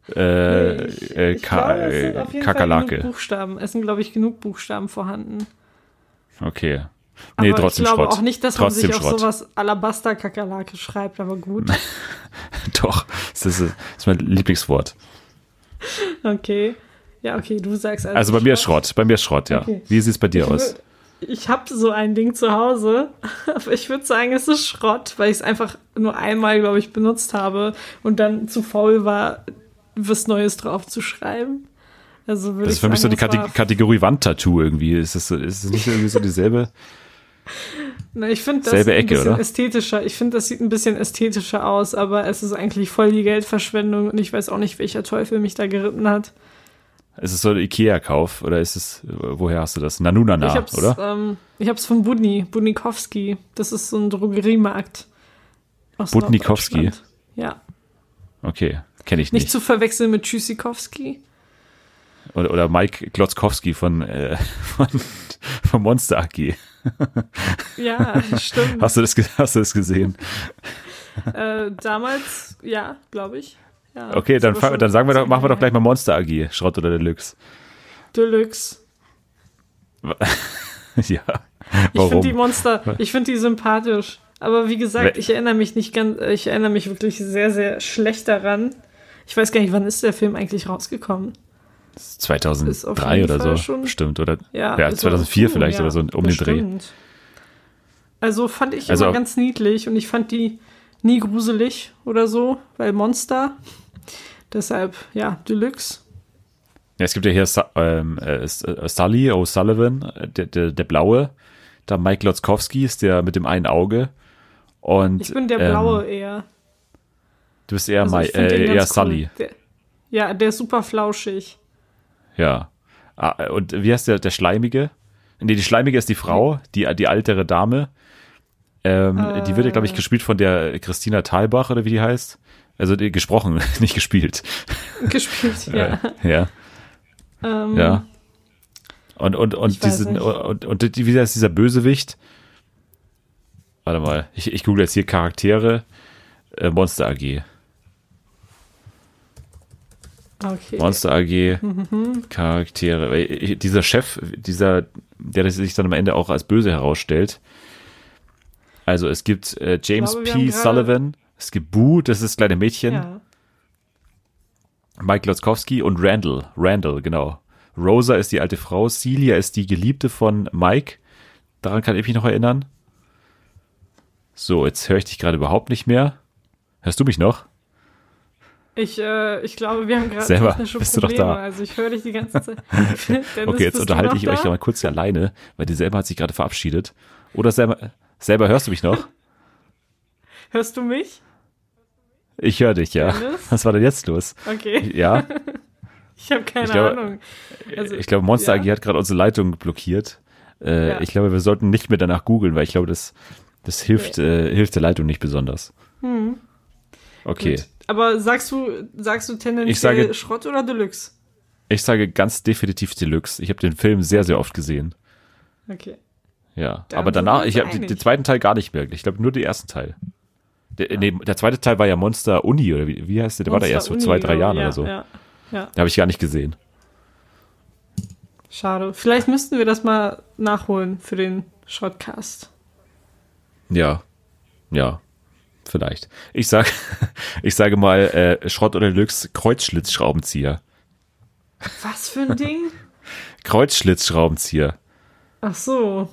Kakerlake. Es sind, glaube ich, genug Buchstaben vorhanden. Okay. Nee, aber trotzdem ich glaube Schrott. auch nicht, dass trotzdem man sich auf sowas Alabaster-Kakerlake schreibt, aber gut. Doch, das ist mein Lieblingswort. Okay. Ja, okay, du sagst also bei mir ist Schrott, ja. Okay. Wie sieht es bei dir aus? Ich habe so ein Ding zu Hause, aber ich würde sagen, es ist Schrott, weil ich es einfach nur einmal, glaube ich, benutzt habe und dann zu faul war, was Neues drauf zu schreiben. Also das ist für mich so die Kategorie Wandtattoo irgendwie. Ist es nicht irgendwie so dieselbe? Na, ich finde das selbe ein Ecke, bisschen oder? ästhetischer. Ich finde, das sieht ein bisschen ästhetischer aus, aber es ist eigentlich voll die Geldverschwendung und ich weiß auch nicht, welcher Teufel mich da geritten hat. Ist es so ein Ikea-Kauf oder ist es, woher hast du das? Nanunana, oder? Ich hab's von Budnikowski. Das ist so ein Drogeriemarkt aus Budnikowski? Ja. Okay. Kenne ich Nicht nicht. zu verwechseln mit Tschüssikowski. Oder Mike Klotzkowski von Monster AG. Ja, stimmt. Hast du das gesehen? Damals, ja, glaube ich. Ja, Okay, das war schon dann machen wir doch lange gleich her. mal Monster AG, Schrott oder Deluxe. Deluxe. Ja. Ich finde die Warum? Monster, ich finde die sympathisch. Aber wie gesagt, We- ich erinnere mich wirklich sehr, sehr schlecht daran. Ich weiß gar nicht, wann ist der Film eigentlich rausgekommen? Ist auf 2003 jeden oder Fall so, schon- bestimmt. Oder Ja, 2004 vielleicht oder so um den Dreh. bestimmt. Also fand ich Also- immer ganz niedlich und ich fand die nie gruselig oder so, weil Monster. Deshalb, ja, Deluxe. Ja, es gibt ja hier Sully O'Sullivan, der Blaue. Da Mike Klotzkowski ist der mit dem einen Auge. Und Ich bin der Blaue eher. du bist eher, Also ich find den eher ganz cool. Sully. Der ist super flauschig. Ja. Und wie heißt der Schleimige? Nee, die Schleimige ist die Frau, die ältere Dame. Die wird ja, glaube ich, gespielt von der Christina Thalbach, oder wie die heißt. Also die gesprochen, nicht gespielt. Gespielt, ja. Ja. Ja. Und Ich weiß nicht. wie heißt dieser Bösewicht? Warte mal, ich google jetzt hier Charaktere. Monster AG. Okay. Monster AG, Charaktere. Weil dieser Chef, der sich dann am Ende auch als böse herausstellt. Also es gibt James glaube, wir P. haben gerade- Sullivan, es gibt Boo, das ist das kleine Mädchen, Ja. Mike Klotzkowski und Randall, genau. Rosa ist die alte Frau, Celia ist die Geliebte von Mike. Daran kann ich mich noch erinnern. So, jetzt höre ich dich gerade überhaupt nicht mehr. Hörst du mich noch? Ich glaube, wir haben gerade Selber, technische bist du doch Probleme. da? Also ich höre dich die ganze Zeit. Dennis, Okay, jetzt bist du unterhalte noch ich euch da? mal kurz hier alleine, weil die selber hat sich gerade verabschiedet. Oder selber hörst du mich noch? Hörst du mich? Ich höre dich, ja. Dennis? Was war denn jetzt los? Okay, Ja, ich habe keine Ich glaube- Ahnung. Also, ich glaube, Monster ja. AG hat gerade unsere Leitung blockiert. Ja. Ich glaube, wir sollten nicht mehr danach googeln, weil ich glaube, das hilft der Leitung nicht besonders. Okay, Gut. Aber sagst du tendenziell Ich sage- Schrott oder Deluxe? ich sage ganz definitiv Deluxe. Ich habe den Film sehr, sehr oft gesehen. Okay. Ja, Da aber sind wir danach, uns ich habe einig. den zweiten Teil gar nicht mehr. Ich glaube, nur den ersten Teil. Der zweite Teil war ja Monster Uni, oder wie heißt der? Der war da erst vor Monster 2-3 Uni, Jahren ja, oder so. Ja. Da habe ich gar nicht gesehen. Schade. Vielleicht müssten wir das mal nachholen für den Shortcast. Ja, vielleicht. Ich sage mal Schrott oder Deluxe Kreuzschlitzschraubenzieher. Was für ein Ding? Kreuzschlitzschraubenzieher. Ach so.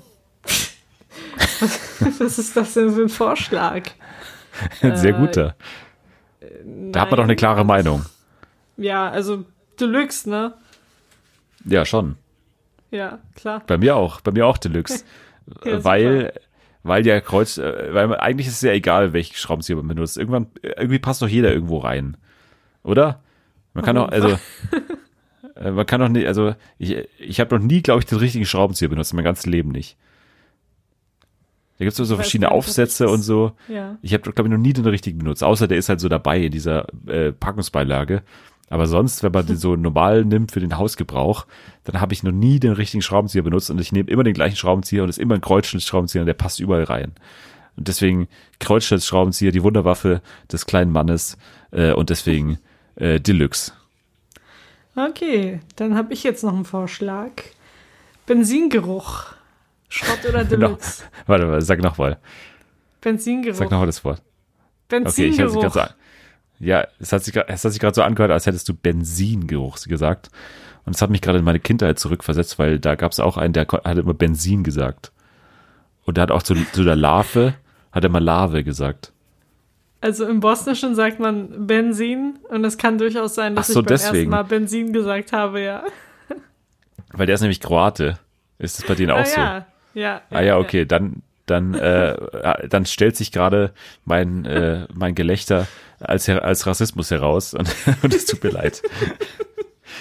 Was ist das denn für ein Vorschlag? Ein sehr guter. Da hat man doch eine klare Meinung. Ja, also Deluxe, ne? Ja, schon. Ja, klar. Bei mir auch Deluxe. Ja, weil ja eigentlich ist es ja egal, welchen Schraubenzieher man benutzt. Irgendwie passt doch jeder irgendwo rein. Oder? Man kann doch, also, man kann doch nicht, also, ich habe noch nie, glaube ich, den richtigen Schraubenzieher benutzt, mein ganzes Leben nicht. Da gibt es so weiß verschiedene gar nicht, ob Aufsätze ich das- und so. Ja. Ich habe, glaube ich, noch nie den richtigen benutzt, außer der ist halt so dabei in dieser Packungsbeilage. Aber sonst, wenn man den so normal nimmt für den Hausgebrauch, dann habe ich noch nie den richtigen Schraubenzieher benutzt und ich nehme immer den gleichen Schraubenzieher und es ist immer ein Kreuzschlitzschraubenzieher und der passt überall rein. Und deswegen Kreuzschlitzschraubenzieher, die Wunderwaffe des kleinen Mannes und deswegen Deluxe. Okay, dann habe ich jetzt noch einen Vorschlag. Benzingeruch. Schrott oder Deluxe? Warte, sag nochmal. Benzingeruch. Sag nochmal das Wort. Okay, ich hatte Benzingeruch. gerade so. Ja, es hat sich gerade so angehört, als hättest du Benzingeruch gesagt. Und es hat mich gerade in meine Kindheit zurückversetzt, weil da gab es auch einen, der hat immer Benzin gesagt. Und der hat auch zu der Larve, hat er mal Larve gesagt. Also im Bosnischen sagt man Benzin und es kann durchaus sein, dass Ach so, ich beim ersten deswegen. Mal Benzin gesagt habe, ja. Weil der ist nämlich Kroate. Ist das bei denen auch so? Ja. Ja. Ah ja, okay, dann stellt sich gerade mein Gelächter als Rassismus heraus und es tut mir leid.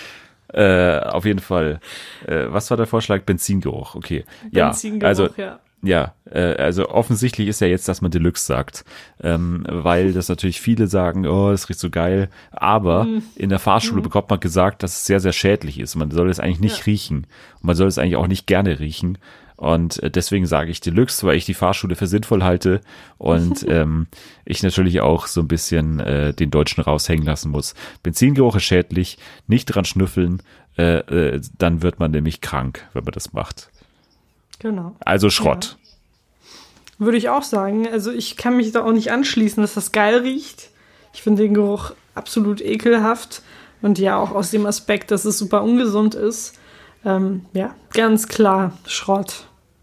Auf jeden Fall. Was war der Vorschlag? Benzingeruch, okay. Benzingeruch, also ja. Ja, also offensichtlich ist ja jetzt, dass man Deluxe sagt, weil das natürlich viele sagen, oh, das riecht so geil, aber in der Fahrschule bekommt man gesagt, dass es sehr, sehr schädlich ist. Man soll es eigentlich nicht riechen und man soll es eigentlich auch nicht gerne riechen und deswegen sage ich Deluxe, weil ich die Fahrschule für sinnvoll halte und ich natürlich auch so ein bisschen den Deutschen raushängen lassen muss. Benzingeruch ist schädlich, nicht dran schnüffeln, dann wird man nämlich krank, wenn man das macht. Genau. Also Schrott. Ja. Würde ich auch sagen. Also ich kann mich da auch nicht anschließen, dass das geil riecht. Ich finde den Geruch absolut ekelhaft. Und ja, auch aus dem Aspekt, dass es super ungesund ist. Ja, ganz klar Schrott.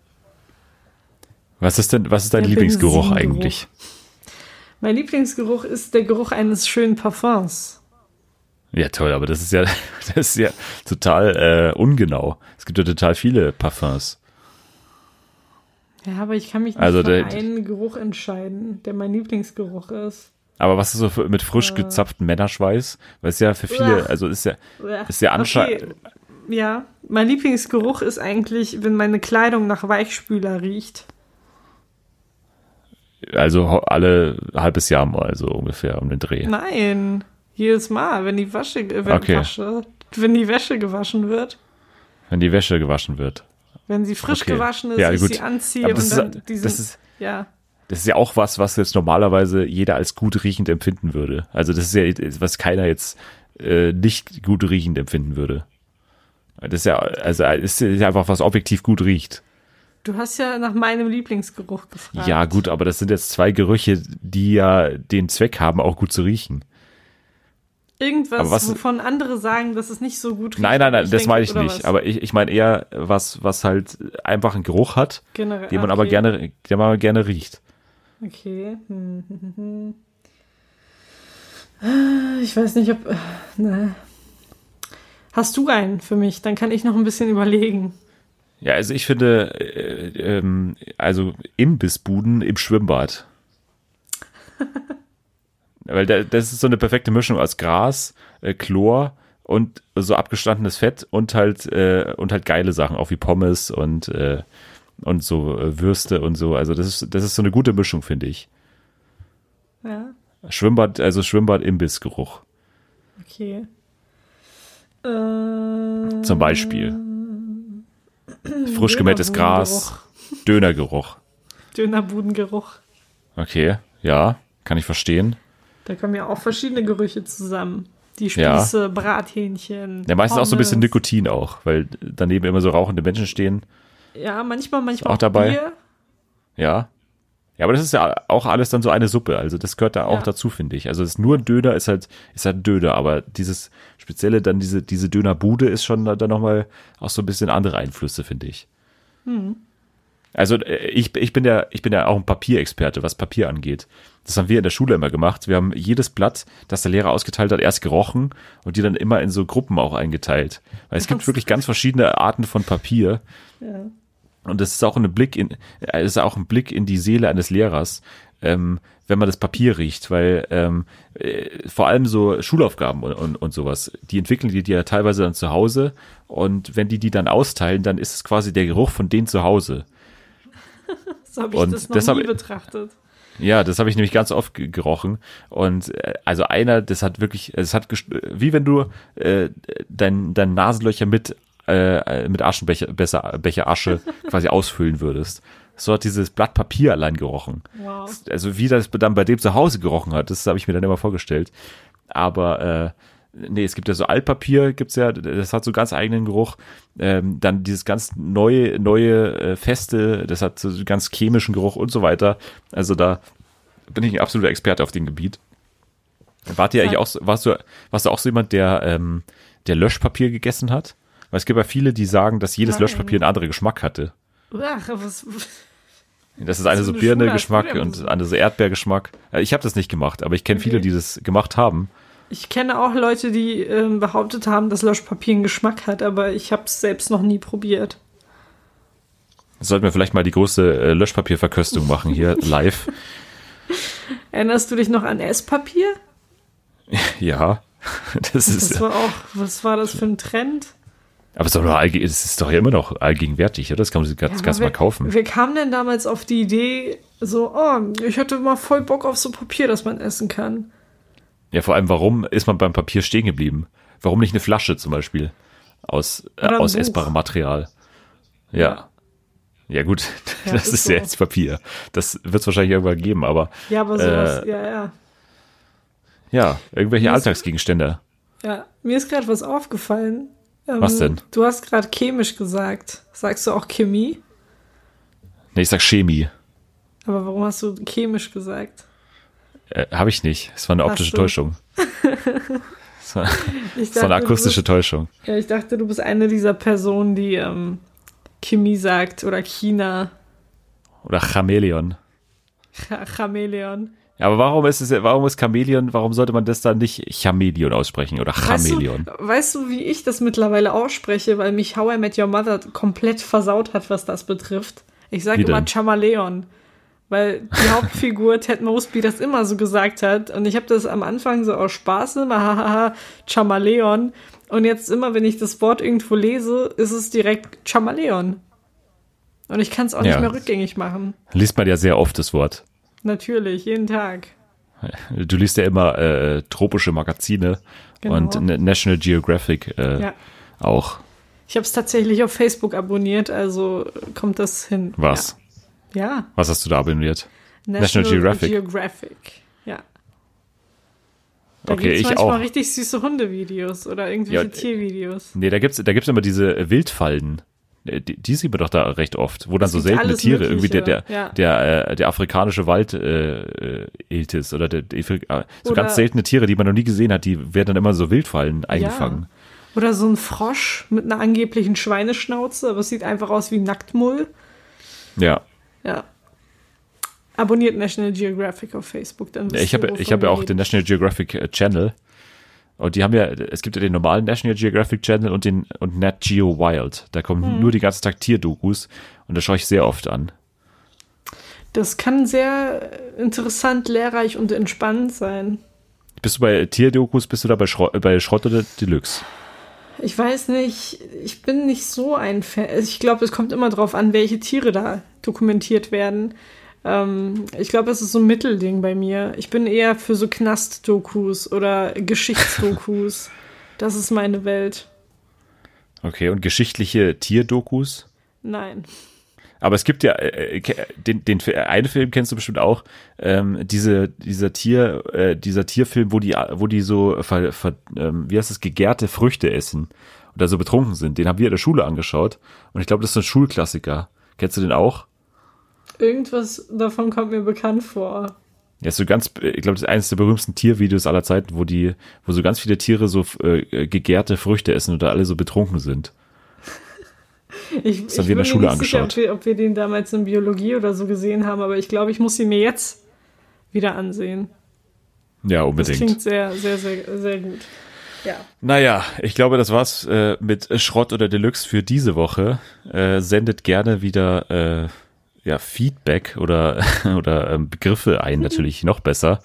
Was ist dein Lieblingsgeruch eigentlich? Mein Lieblingsgeruch ist der Geruch eines schönen Parfums. Ja, toll, aber das ist ja total ungenau. Es gibt ja total viele Parfums. Ja, aber ich kann mich nicht für einen Geruch entscheiden, der mein Lieblingsgeruch ist. Aber was ist so mit frisch gezapften Männerschweiß? Weil es ja für viele, also ist ja anscheinend. Okay. Ja, mein Lieblingsgeruch ist eigentlich, wenn meine Kleidung nach Weichspüler riecht. Also alle halbes Jahr mal so ungefähr um den Dreh. Nein, jedes Mal, wenn die Wäsche gewaschen wird. Wenn die Wäsche gewaschen wird. Wenn sie frisch gewaschen ist, ja, ich gut. sie anziehe aber und dann das ist ja auch was jetzt normalerweise jeder als gut riechend empfinden würde. Also das ist ja, was keiner jetzt nicht gut riechend empfinden würde. Das ist ja, also ist ja einfach, was objektiv gut riecht. Du hast ja nach meinem Lieblingsgeruch gefragt. Ja, gut, aber das sind jetzt zwei Gerüche, die ja den Zweck haben, auch gut zu riechen. Irgendwas, wovon andere sagen, dass es nicht so gut riecht. Nein, das meine ich nicht. Was? Aber ich meine eher was halt einfach einen Geruch hat, den man aber gerne riecht. Okay. Ich weiß nicht, ob... Hast du einen für mich? Dann kann ich noch ein bisschen überlegen. Ja, also ich finde, also Imbissbuden im Schwimmbad. Weil das ist so eine perfekte Mischung aus Gras, Chlor und so abgestandenes Fett und halt geile Sachen, auch wie Pommes und so Würste und so. Also das ist so eine gute Mischung, finde ich. Ja. Schwimmbad-Imbissgeruch. Okay. Zum Beispiel. Frisch gemähtes Gras, Dönergeruch. Dönerbudengeruch. Okay, ja, kann ich verstehen. Da kommen ja auch verschiedene Gerüche zusammen. Die Spieße, Brathähnchen. Ja, meistens Pommes. auch so ein bisschen Nikotin auch, weil daneben immer so rauchende Menschen stehen. Ja, manchmal auch dabei. Bier. Ja. Ja, aber das ist ja auch alles dann so eine Suppe. Also das gehört da auch dazu, finde ich. Also das nur ein Döner ist halt ein Döner, aber dieses Spezielle dann diese Dönerbude ist schon dann nochmal auch so ein bisschen andere Einflüsse, finde ich. Also ich bin ja auch ein Papierexperte, was Papier angeht. Das haben wir in der Schule immer gemacht. Wir haben jedes Blatt, das der Lehrer ausgeteilt hat, erst gerochen und die dann immer in so Gruppen auch eingeteilt. Weil es gibt wirklich ganz verschiedene Arten von Papier. Ja. Und das ist auch ein Blick in die Seele eines Lehrers, wenn man das Papier riecht, weil vor allem so Schulaufgaben und sowas, die entwickeln die ja teilweise dann zu Hause und wenn die dann austeilen, dann ist es quasi der Geruch von denen zu Hause. So habe ich das noch nie betrachtet. Ja, das habe ich nämlich ganz oft gerochen und also das hat wirklich, wie wenn du dein Nasenlöcher mit Aschenbecher Asche quasi ausfüllen würdest. So hat dieses Blatt Papier allein gerochen. Wow. Also wie das dann bei dem zu Hause gerochen hat, das habe ich mir dann immer vorgestellt. Aber es gibt ja so Altpapier, das hat so ganz eigenen Geruch. Dann dieses ganz neue Feste, das hat so ganz chemischen Geruch und so weiter. Also da bin ich ein absoluter Experte auf dem Gebiet. Warst du auch so jemand, der Löschpapier gegessen hat? Weil es gibt ja viele, die sagen, dass jedes Löschpapier einen anderen Geschmack hatte. Ach, was? Das ist eine so Birne-Geschmack und eine so Erdbeergeschmack. Ich habe das nicht gemacht, aber ich kenne viele, die das gemacht haben. Ich kenne auch Leute, die behauptet haben, dass Löschpapier einen Geschmack hat, aber ich habe es selbst noch nie probiert. Sollten wir vielleicht mal die große Löschpapierverköstung machen hier live. Erinnerst du dich noch an Esspapier? Ja, was war das für ein Trend? Aber es ist doch immer noch allgegenwärtig, oder? Das kann man ganz mal kaufen. Wer kam denn damals auf die Idee, so, ich hätte mal voll Bock auf so Papier, das man essen kann? Ja, vor allem, warum ist man beim Papier stehen geblieben? Warum nicht eine Flasche zum Beispiel aus essbarem Material? Ja. Ja, gut, Ja, das ist so. ja jetzt Papier. Das wird es wahrscheinlich irgendwann geben, aber Ja, aber sowas, ja. ja, irgendwelche Alltagsgegenstände. Ja, mir ist gerade was aufgefallen. Was denn? Du hast gerade chemisch gesagt. Sagst du auch Chemie? Nee, ich sag Chemie. Aber warum hast du chemisch gesagt? Habe ich nicht. Es war eine optische so. Täuschung. Es war Ich eine akustische du Täuschung. bist, ja, ich dachte, du bist eine dieser Personen, die Chemie sagt oder China. Oder Chamäleon. Chamäleon. Ja, aber warum ist Chamäleon, warum sollte man das dann nicht Chamäleon aussprechen oder Chamäleon? Weißt du, wie ich das mittlerweile ausspreche, weil mich How I Met Your Mother komplett versaut hat, was das betrifft? Ich sage immer Chamaleon, weil die Hauptfigur Ted Mosby das immer so gesagt hat und ich habe das am Anfang so aus Spaß immer, hahaha, Chamaleon, und jetzt immer, wenn ich das Wort irgendwo lese, ist es direkt Chamaleon. Und ich kann es auch nicht mehr rückgängig machen. Liest man ja sehr oft das Wort. Natürlich, jeden Tag. Du liest ja immer tropische Magazine und National Geographic auch. Ich habe es tatsächlich auf Facebook abonniert, also kommt das hin. Was? Ja. Was hast du da abonniert? National Geographic. Ja. Da Okay, gibt's ich manchmal auch. richtig süße Hundevideos oder irgendwelche Tiervideos. Nee, da gibt's immer diese Wildfallen. Die sieht man doch da recht oft, wo dann so seltene alles Tiere, Mögliche, irgendwie der afrikanische Wald Iltis oder so Oder- ganz seltene Tiere, die man noch nie gesehen hat, die werden dann immer so Wildfallen eingefangen. Oder so ein Frosch mit einer angeblichen Schweineschnauze, aber es sieht einfach aus wie Nacktmull. Ja. Ja. Abonniert National Geographic auf Facebook, dann wisst Ich ihr, habe wovon ja auch wir den reden. National Geographic Channel. Und die haben ja, es gibt ja den normalen National Geographic Channel und Nat Geo Wild. Da kommen nur die ganzen Tag Tierdokus und das schaue ich sehr oft an. Das kann sehr interessant, lehrreich und entspannend sein. Bist du bei Tierdokus, bist du da bei Schrott oder Deluxe? Ich weiß nicht, ich bin nicht so ein Fan. Ich glaube, es kommt immer drauf an, welche Tiere da dokumentiert werden. Ich glaube, es ist so ein Mittelding bei mir. Ich bin eher für so Knast-Dokus oder Geschichtsdokus. Das ist meine Welt. Okay, und geschichtliche Tierdokus? Nein. Aber es gibt ja, einen Film kennst du bestimmt auch, dieser Tierfilm, wo die so, wie heißt es, gegärte Früchte essen oder so betrunken sind. Den haben wir in der Schule angeschaut und ich glaube, das ist ein Schulklassiker. Kennst du den auch? Irgendwas davon kommt mir bekannt vor. Ja, ist so ganz, ich glaube, das ist eines der berühmtesten Tiervideos aller Zeiten, wo so ganz viele Tiere so gegärte Früchte essen und da alle so betrunken sind. Ich haben wir bin in der mir Schule nicht sicher, angeschaut. ob wir den damals in Biologie oder so gesehen haben, aber ich glaube, ich muss ihn mir jetzt wieder ansehen. Ja, Das unbedingt. klingt sehr, sehr, sehr, sehr gut. Ja. Naja, ich glaube, das war's mit Schrott oder Deluxe für diese Woche. Sendet gerne wieder Feedback oder Begriffe ein, natürlich noch besser.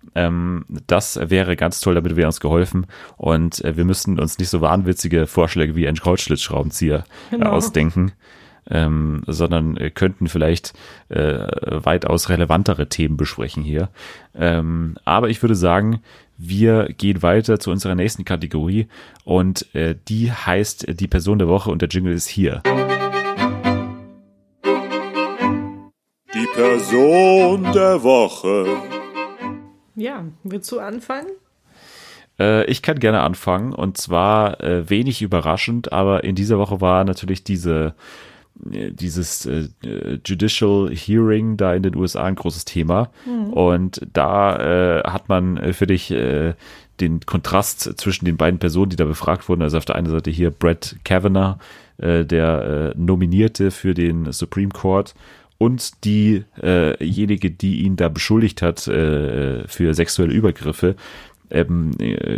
Das wäre ganz toll, damit wäre uns geholfen. Und wir müssten uns nicht so wahnwitzige Vorschläge wie ein Kreuzschlitzschraubenzieher ausdenken, sondern könnten vielleicht weitaus relevantere Themen besprechen hier. Aber ich würde sagen, wir gehen weiter zu unserer nächsten Kategorie und die heißt die Person der Woche und der Jingle ist hier. Die Person der Woche. Ja, willst du anfangen? Ich kann gerne anfangen und zwar wenig überraschend, aber in dieser Woche war natürlich dieses Judicial Hearing da in den USA ein großes Thema und da hat man für dich den Kontrast zwischen den beiden Personen, die da befragt wurden, also auf der einen Seite hier Brett Kavanaugh, der Nominierte für den Supreme Court, und diejenige, die ihn da beschuldigt hat für sexuelle Übergriffe im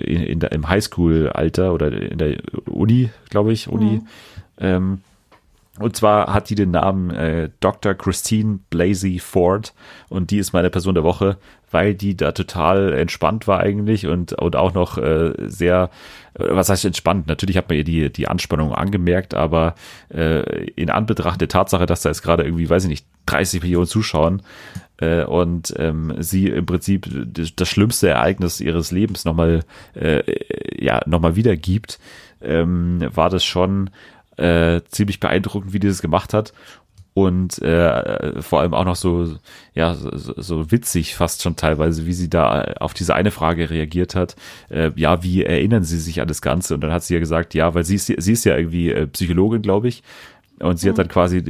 Highschool-Alter oder in der Uni, glaube ich, Und zwar hat die den Namen Dr. Christine Blasey Ford und die ist meine Person der Woche, weil die da total entspannt war eigentlich und auch noch sehr, was heißt entspannt? Natürlich hat man ihr die Anspannung angemerkt, aber in Anbetracht der Tatsache, dass da jetzt gerade irgendwie, weiß ich nicht, 30 Millionen Zuschauern und sie im Prinzip das schlimmste Ereignis ihres Lebens nochmal wiedergibt, war das schon ziemlich beeindruckend, wie die das gemacht hat und vor allem auch noch so witzig fast schon teilweise, wie sie da auf diese eine Frage reagiert hat. Wie erinnern Sie sich an das Ganze? Und dann hat sie ja gesagt, ja, weil sie ist ja irgendwie Psychologin, glaube ich. Und sie hat dann quasi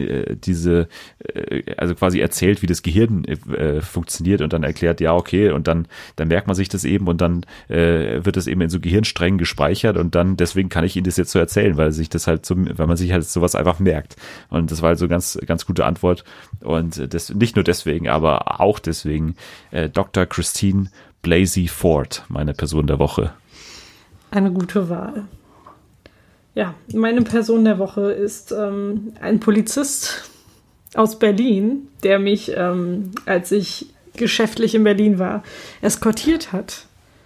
quasi erzählt, wie das Gehirn funktioniert und dann erklärt, ja, okay, und dann merkt man sich das eben und dann wird das eben in so Gehirnsträngen gespeichert und dann, deswegen kann ich Ihnen das jetzt so erzählen, weil man sich halt sowas einfach merkt. Und das war halt so ganz, ganz gute Antwort. Und das, nicht nur deswegen, aber auch deswegen Dr. Christine Blasey Ford, meine Person der Woche. Eine gute Wahl. Ja, meine Person der Woche ist ein Polizist aus Berlin, der mich, als ich geschäftlich in Berlin war, eskortiert hat.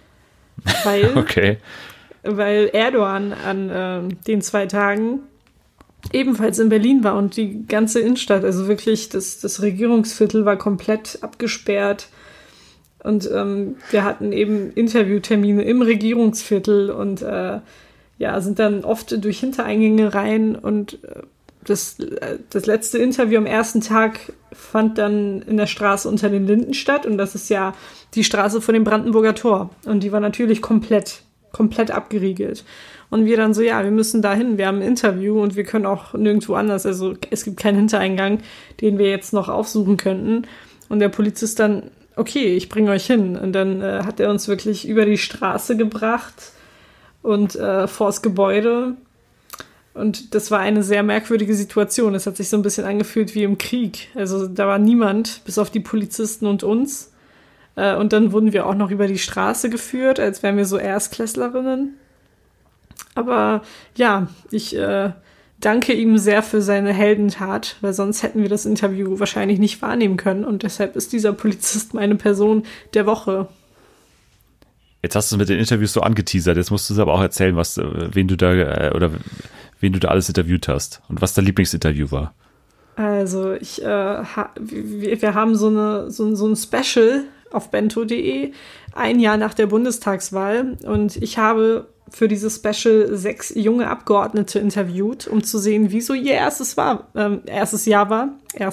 Weil Erdogan an den 2 Tagen ebenfalls in Berlin war und die ganze Innenstadt, also wirklich das Regierungsviertel war komplett abgesperrt. Und wir hatten eben Interviewtermine im Regierungsviertel und sind dann oft durch Hintereingänge rein und das letzte Interview am ersten Tag fand dann in der Straße unter den Linden statt und das ist ja die Straße vor dem Brandenburger Tor und die war natürlich komplett abgeriegelt. Und wir dann so, ja, wir müssen da hin, wir haben ein Interview und wir können auch nirgendwo anders, also es gibt keinen Hintereingang, den wir jetzt noch aufsuchen könnten. Und der Polizist dann, okay, ich bringe euch hin. Und dann hat er uns wirklich über die Straße gebracht und vors Gebäude. Und das war eine sehr merkwürdige Situation. Es hat sich so ein bisschen angefühlt wie im Krieg. Also da war niemand, bis auf die Polizisten und uns. Und dann wurden wir auch noch über die Straße geführt, als wären wir so Erstklässlerinnen. Aber ja, ich danke ihm sehr für seine Heldentat, weil sonst hätten wir das Interview wahrscheinlich nicht wahrnehmen können. Und deshalb ist dieser Polizist meine Person der Woche. Jetzt hast du es mit den Interviews so angeteasert, jetzt musst du es aber auch erzählen, wen du da alles interviewt hast und was dein Lieblingsinterview war. Also wir haben so ein Special auf bento.de, ein Jahr nach der Bundestagswahl und ich habe für dieses Special 6 junge Abgeordnete interviewt, um zu sehen, wie so ihr erstes Jahr war.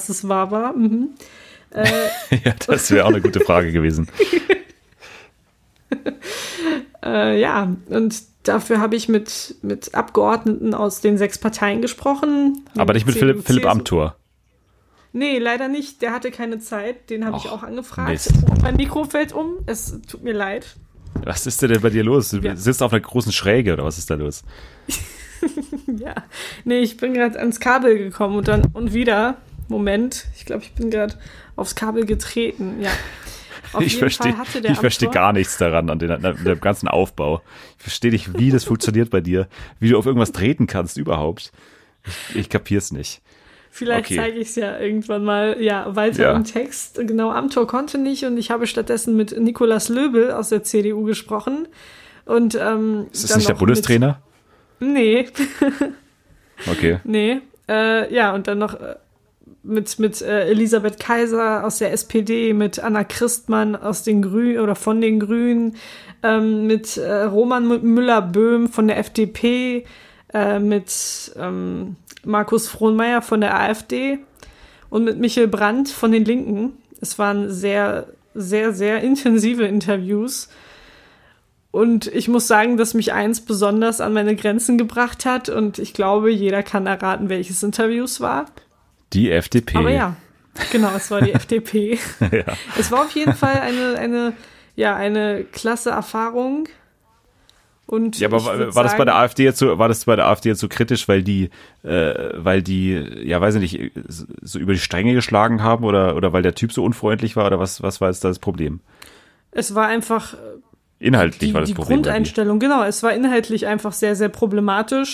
Ja, das wäre auch eine gute Frage gewesen. Und dafür habe ich mit Abgeordneten aus den 6 Parteien gesprochen. Aber nicht mit Philipp Amthor. Nee, leider nicht. Der hatte keine Zeit. Den habe ich auch angefragt. Mist. Mein Mikro fällt um. Es tut mir leid. Was ist denn bei dir los? Du sitzt auf einer großen Schräge oder was ist da los? Ja. Nee, ich bin gerade ans Kabel gekommen und wieder. Moment. Ich glaube, ich bin gerade aufs Kabel getreten. Ja. Ich verstehe gar nichts daran, an dem ganzen Aufbau. Ich verstehe nicht, wie das funktioniert bei dir, wie du auf irgendwas treten kannst überhaupt. Ich kapier's nicht. Vielleicht zeige ich es ja irgendwann mal weiter im Text. Genau, Amthor konnte nicht und ich habe stattdessen mit Nikolaus Löbel aus der CDU gesprochen. Und, ist das nicht der Bundestrainer? Nee. Okay. Nee. Und dann noch mit Elisabeth Kaiser aus der SPD, mit Anna Christmann aus den Grünen oder von den Grünen, mit Roman Müller-Böhm von der FDP, mit Markus Frohnmeier von der AfD und mit Michael Brandt von den Linken. Es waren sehr, sehr, sehr intensive Interviews. Und ich muss sagen, dass mich eins besonders an meine Grenzen gebracht hat. Und ich glaube, jeder kann erraten, welches Interview es war. Die FDP. Aber ja, genau, es war die FDP. Ja. Es war auf jeden Fall eine klasse Erfahrung. Und ja, aber war das bei der AfD jetzt so kritisch, weil die, ja, weiß ich nicht, so über die Stränge geschlagen haben oder weil der Typ so unfreundlich war oder was war jetzt das Problem? Es war einfach inhaltlich war das die Problem. Grundeinstellung, genau. Es war inhaltlich einfach sehr, sehr problematisch.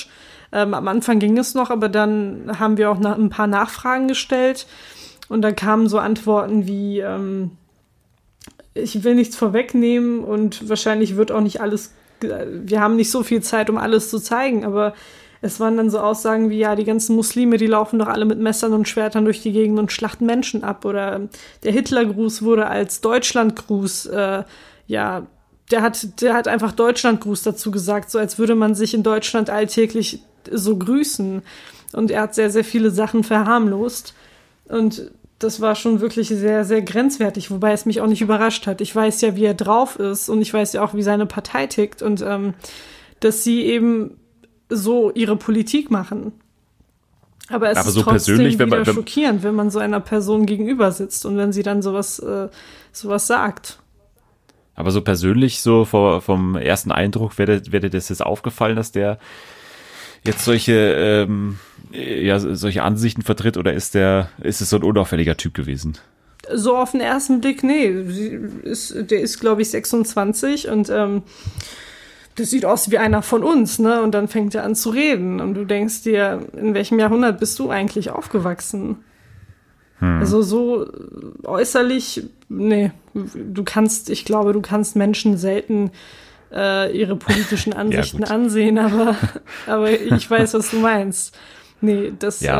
Am Anfang ging es noch, aber dann haben wir auch ein paar Nachfragen gestellt und da kamen so Antworten wie, ich will nichts vorwegnehmen und wahrscheinlich wird auch nicht alles, wir haben nicht so viel Zeit, um alles zu zeigen, aber es waren dann so Aussagen wie, ja, die ganzen Muslime, die laufen doch alle mit Messern und Schwertern durch die Gegend und schlachten Menschen ab. Oder der Hitlergruß wurde als Deutschlandgruß, der hat einfach Deutschlandgruß dazu gesagt, so als würde man sich in Deutschland alltäglich so grüßen. Und er hat sehr, sehr viele Sachen verharmlost. Und das war schon wirklich sehr, sehr grenzwertig, wobei es mich auch nicht überrascht hat. Ich weiß ja, wie er drauf ist und ich weiß ja auch, wie seine Partei tickt und dass sie eben so ihre Politik machen. Aber es ist so trotzdem persönlich, wieder schockierend, wenn man so einer Person gegenüber sitzt und wenn sie dann sowas sagt. Aber so persönlich, so vom ersten Eindruck, wäre dir das jetzt aufgefallen, dass der jetzt solche Ansichten vertritt oder ist es so ein unauffälliger Typ gewesen? So auf den ersten Blick, nee. Der ist, glaube ich, 26 und das sieht aus wie einer von uns, ne? Und dann fängt er an zu reden. Und du denkst dir, in welchem Jahrhundert bist du eigentlich aufgewachsen? Also so äußerlich, nee. Ich glaube, du kannst Menschen selten ihre politischen Ansichten ansehen, aber ich weiß, was du meinst. Nee,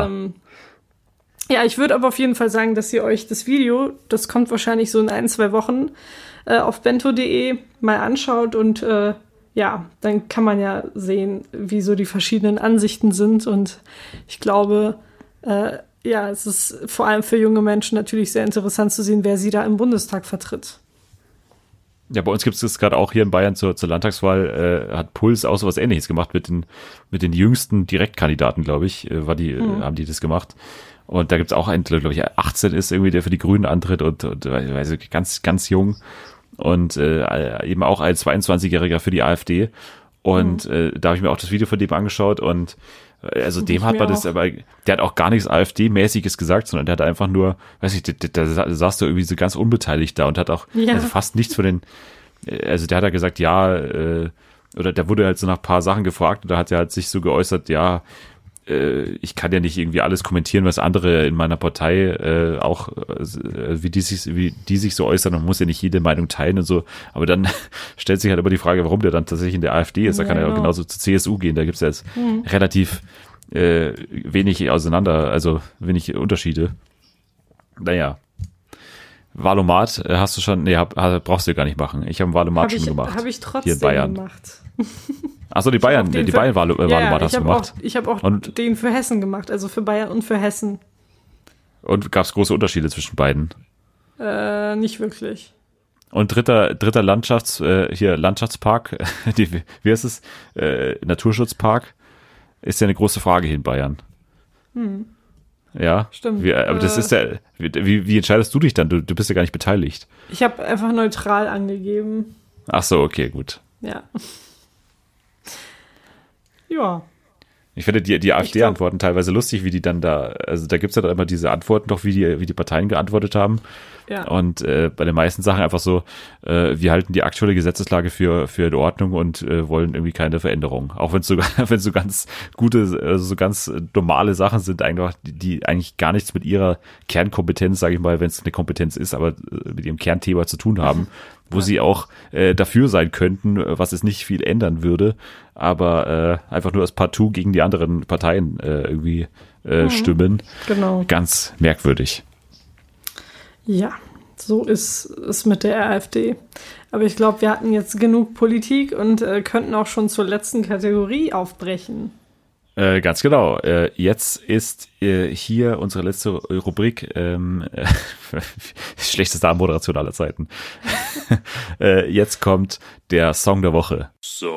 ich würde aber auf jeden Fall sagen, dass ihr euch das Video, das kommt wahrscheinlich so in 1-2 Wochen, auf bento.de mal anschaut und dann kann man ja sehen, wie so die verschiedenen Ansichten sind. Und ich glaube, es ist vor allem für junge Menschen natürlich sehr interessant zu sehen, wer sie da im Bundestag vertritt. Ja, bei uns gibt es gerade auch hier in Bayern zur Landtagswahl, hat Puls auch so was Ähnliches gemacht mit den jüngsten Direktkandidaten, glaube ich, haben die das gemacht. Und da gibt es auch einen, glaube ich, 18 ist irgendwie, der für die Grünen antritt und ganz, ganz jung. Und eben auch ein 22-Jähriger für die AfD. Und da habe ich mir auch das Video von dem angeschaut und also dem hat man das, aber der hat auch gar nichts AfD-mäßiges gesagt, sondern der hat einfach nur, weiß ich, da saß du irgendwie so ganz unbeteiligt da und hat auch also fast nichts von den, also der hat ja gesagt, oder der wurde halt so nach ein paar Sachen gefragt und da hat er halt sich so geäußert, ich kann ja nicht irgendwie alles kommentieren, was andere in meiner Partei wie die sich so äußern und muss ja nicht jede Meinung teilen und so. Aber dann stellt sich halt immer die Frage, warum der dann tatsächlich in der AfD ist. Da kann er ja genauso zur CSU gehen. Da gibt es ja jetzt relativ wenig wenig Unterschiede. Naja. Valomat hast du schon, brauchst du gar nicht machen. Ich habe ein Valomat schon gemacht. Habe ich trotzdem hier in Bayern gemacht. Achso, die Bayern-Valomat hast du gemacht. Ich habe auch den für Hessen gemacht, also für Bayern und für Hessen. Und gab es große Unterschiede zwischen beiden? Nicht wirklich. Und dritter Landschaftspark, wie heißt es? Naturschutzpark, ist ja eine große Frage hier in Bayern. Ja, stimmt. Aber das ist ja, wie entscheidest du dich dann? Du bist ja gar nicht beteiligt. Ich habe einfach neutral angegeben. Ach so, okay, gut. Ja. Ja. Ich finde die AfD-Antworten teilweise lustig, wie die dann also da gibt es ja dann immer diese Antworten doch, wie die Parteien geantwortet haben. Ja. Und bei den meisten Sachen einfach so, wir halten die aktuelle Gesetzeslage für in Ordnung und wollen irgendwie keine Veränderung. Auch wenn es so ganz gute, so ganz normale Sachen sind, eigentlich, die eigentlich gar nichts mit ihrer Kernkompetenz, sage ich mal, wenn es eine Kompetenz ist, aber mit ihrem Kernthema zu tun haben, wo sie auch dafür sein könnten, was es nicht viel ändern würde, aber einfach nur als Partout gegen die anderen Parteien irgendwie stimmen. Genau. Ganz merkwürdig. Ja, so ist es mit der AfD. Aber ich glaube, wir hatten jetzt genug Politik und könnten auch schon zur letzten Kategorie aufbrechen. Ganz genau. Jetzt ist hier unsere letzte Rubrik, schlechteste Moderation aller Zeiten. Jetzt kommt der Song der Woche.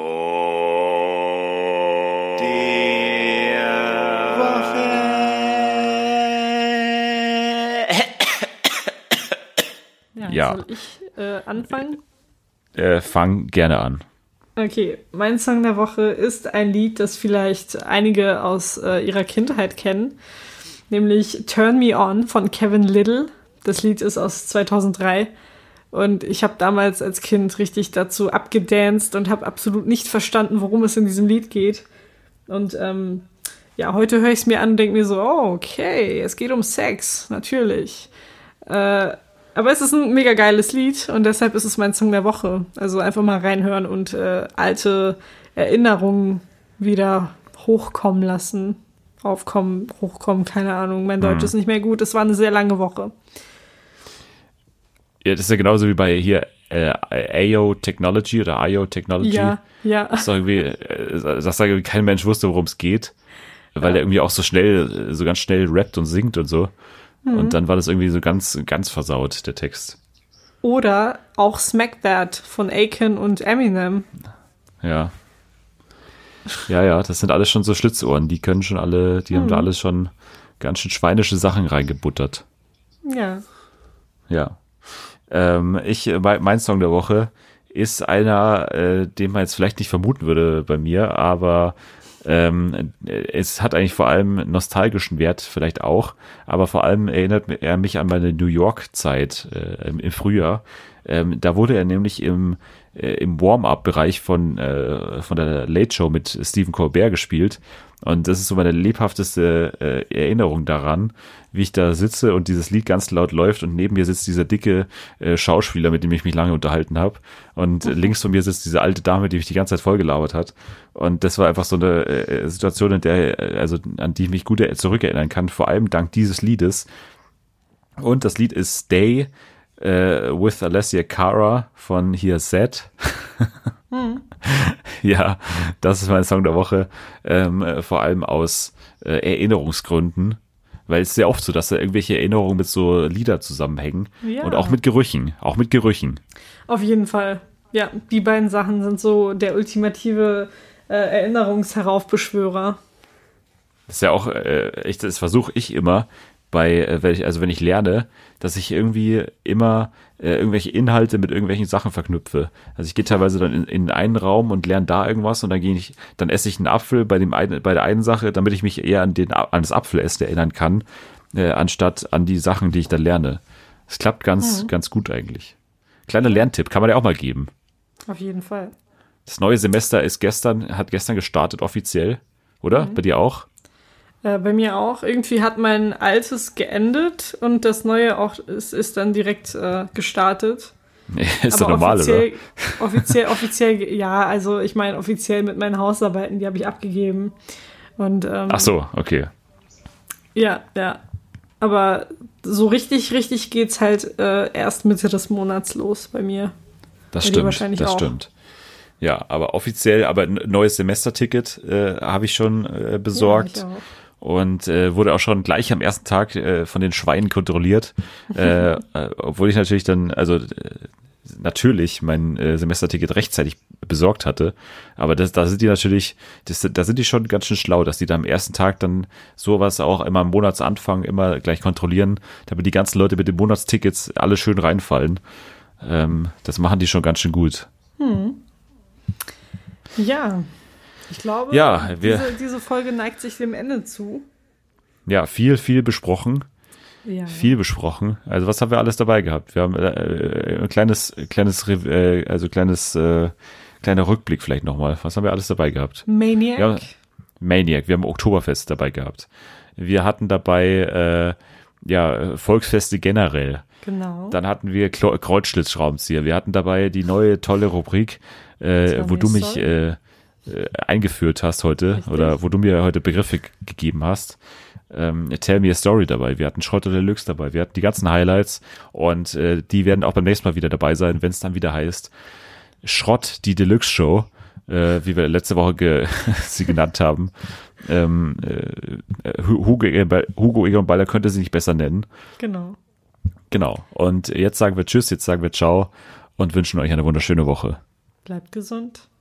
Ja. Soll ich anfangen? Fang gerne an. Okay, mein Song der Woche ist ein Lied, das vielleicht einige aus ihrer Kindheit kennen, nämlich Turn Me On von Kevin Lyttle. Das Lied ist aus 2003 und ich habe damals als Kind richtig dazu abgedanced und habe absolut nicht verstanden, worum es in diesem Lied geht. Und ja, heute höre ich es mir an und denke mir so, oh, okay, es geht um Sex, natürlich. Aber es ist ein mega geiles Lied und deshalb ist es mein Song der Woche. Also einfach mal reinhören und alte Erinnerungen wieder hochkommen lassen. Aufkommen, hochkommen, keine Ahnung. Mein Deutsch ist nicht mehr gut. Es war eine sehr lange Woche. Ja, das ist ja genauso wie bei hier AO Technology oder IO Technology. Ja. Das ist doch irgendwie, dass da irgendwie kein Mensch wusste, worum es geht. Weil der irgendwie auch so ganz schnell rappt und singt und so. Und dann war das irgendwie so ganz, ganz versaut, der Text. Oder auch Smack That von Akon und Eminem. Ja. Ja, das sind alles schon so Schlitzohren. Die können schon alle, die haben da alles schon ganz schön schweinische Sachen reingebuttert. Ja. Ja. Mein Song der Woche ist einer, den man jetzt vielleicht nicht vermuten würde bei mir, aber es hat eigentlich vor allem nostalgischen Wert vielleicht auch, aber vor allem erinnert er mich an meine New York-Zeit im Frühjahr. Da wurde er nämlich im Warm-up-Bereich von der Late Show mit Stephen Colbert gespielt. Und das ist so meine lebhafteste Erinnerung daran, wie ich da sitze und dieses Lied ganz laut läuft und neben mir sitzt dieser dicke Schauspieler, mit dem ich mich lange unterhalten habe. Und links von mir sitzt diese alte Dame, die mich die ganze Zeit vollgelabert hat. Und das war einfach so eine Situation, an die ich mich gut zurückerinnern kann, vor allem dank dieses Liedes. Und das Lied ist Stay with Alessia Cara von hier Zed. Ja, das ist mein Song der Woche, vor allem aus Erinnerungsgründen, weil es ist sehr oft so, dass da irgendwelche Erinnerungen mit so Lieder zusammenhängen und auch mit Gerüchen, Auf jeden Fall. Ja, die beiden Sachen sind so der ultimative Erinnerungsheraufbeschwörer. Das ist ja auch, das versuche ich immer, wenn ich lerne, dass ich irgendwie immer irgendwelche Inhalte mit irgendwelchen Sachen verknüpfe. Also ich gehe teilweise dann in einen Raum und lerne da irgendwas und dann esse ich einen Apfel bei der einen Sache, damit ich mich eher an das Apfelessen erinnern kann, anstatt an die Sachen, die ich dann lerne. Das klappt ganz gut eigentlich. Kleiner Lerntipp, kann man ja auch mal geben. Auf jeden Fall. Das neue Semester hat gestern gestartet offiziell, oder? Bei dir auch? Bei mir auch. Irgendwie hat mein altes geendet und das neue auch ist dann direkt gestartet. Ist doch normal, oder? Offiziell, ja, also ich meine offiziell mit meinen Hausarbeiten, die habe ich abgegeben. Und, ach so, okay. Ja. Aber so richtig geht's halt erst Mitte des Monats los bei mir. Das stimmt. Ja, aber offiziell, ein neues Semesterticket habe ich schon besorgt. Ja, ich auch. Und wurde auch schon gleich am ersten Tag von den Schweinen kontrolliert, obwohl ich natürlich dann, natürlich mein Semesterticket rechtzeitig besorgt hatte, aber da sind die schon ganz schön schlau, dass die da am ersten Tag dann sowas auch immer am Monatsanfang immer gleich kontrollieren, damit die ganzen Leute mit den Monatstickets alle schön reinfallen. Das machen die schon ganz schön gut. Ja. Ich glaube, diese Folge neigt sich dem Ende zu. Ja, viel besprochen. Ja. Viel besprochen. Also was haben wir alles dabei gehabt? Wir haben kleiner Rückblick vielleicht nochmal. Was haben wir alles dabei gehabt? Maniac. Wir haben Oktoberfest dabei gehabt. Wir hatten dabei Volksfeste generell. Genau. Dann hatten wir Kreuzschlitzschraubenzieher. Wir hatten dabei die neue tolle Rubrik, wo du mich eingeführt hast heute. Richtig. Oder wo du mir heute Begriffe gegeben hast. Tell Me a Story dabei. Wir hatten Schrott oder Deluxe dabei. Wir hatten die ganzen Highlights und die werden auch beim nächsten Mal wieder dabei sein, wenn es dann wieder heißt Schrott, die Deluxe Show, wie wir letzte Woche sie genannt haben. Hugo Egon Balder könnte sie nicht besser nennen. Genau. Und jetzt sagen wir Tschüss, jetzt sagen wir Ciao und wünschen euch eine wunderschöne Woche. Bleibt gesund.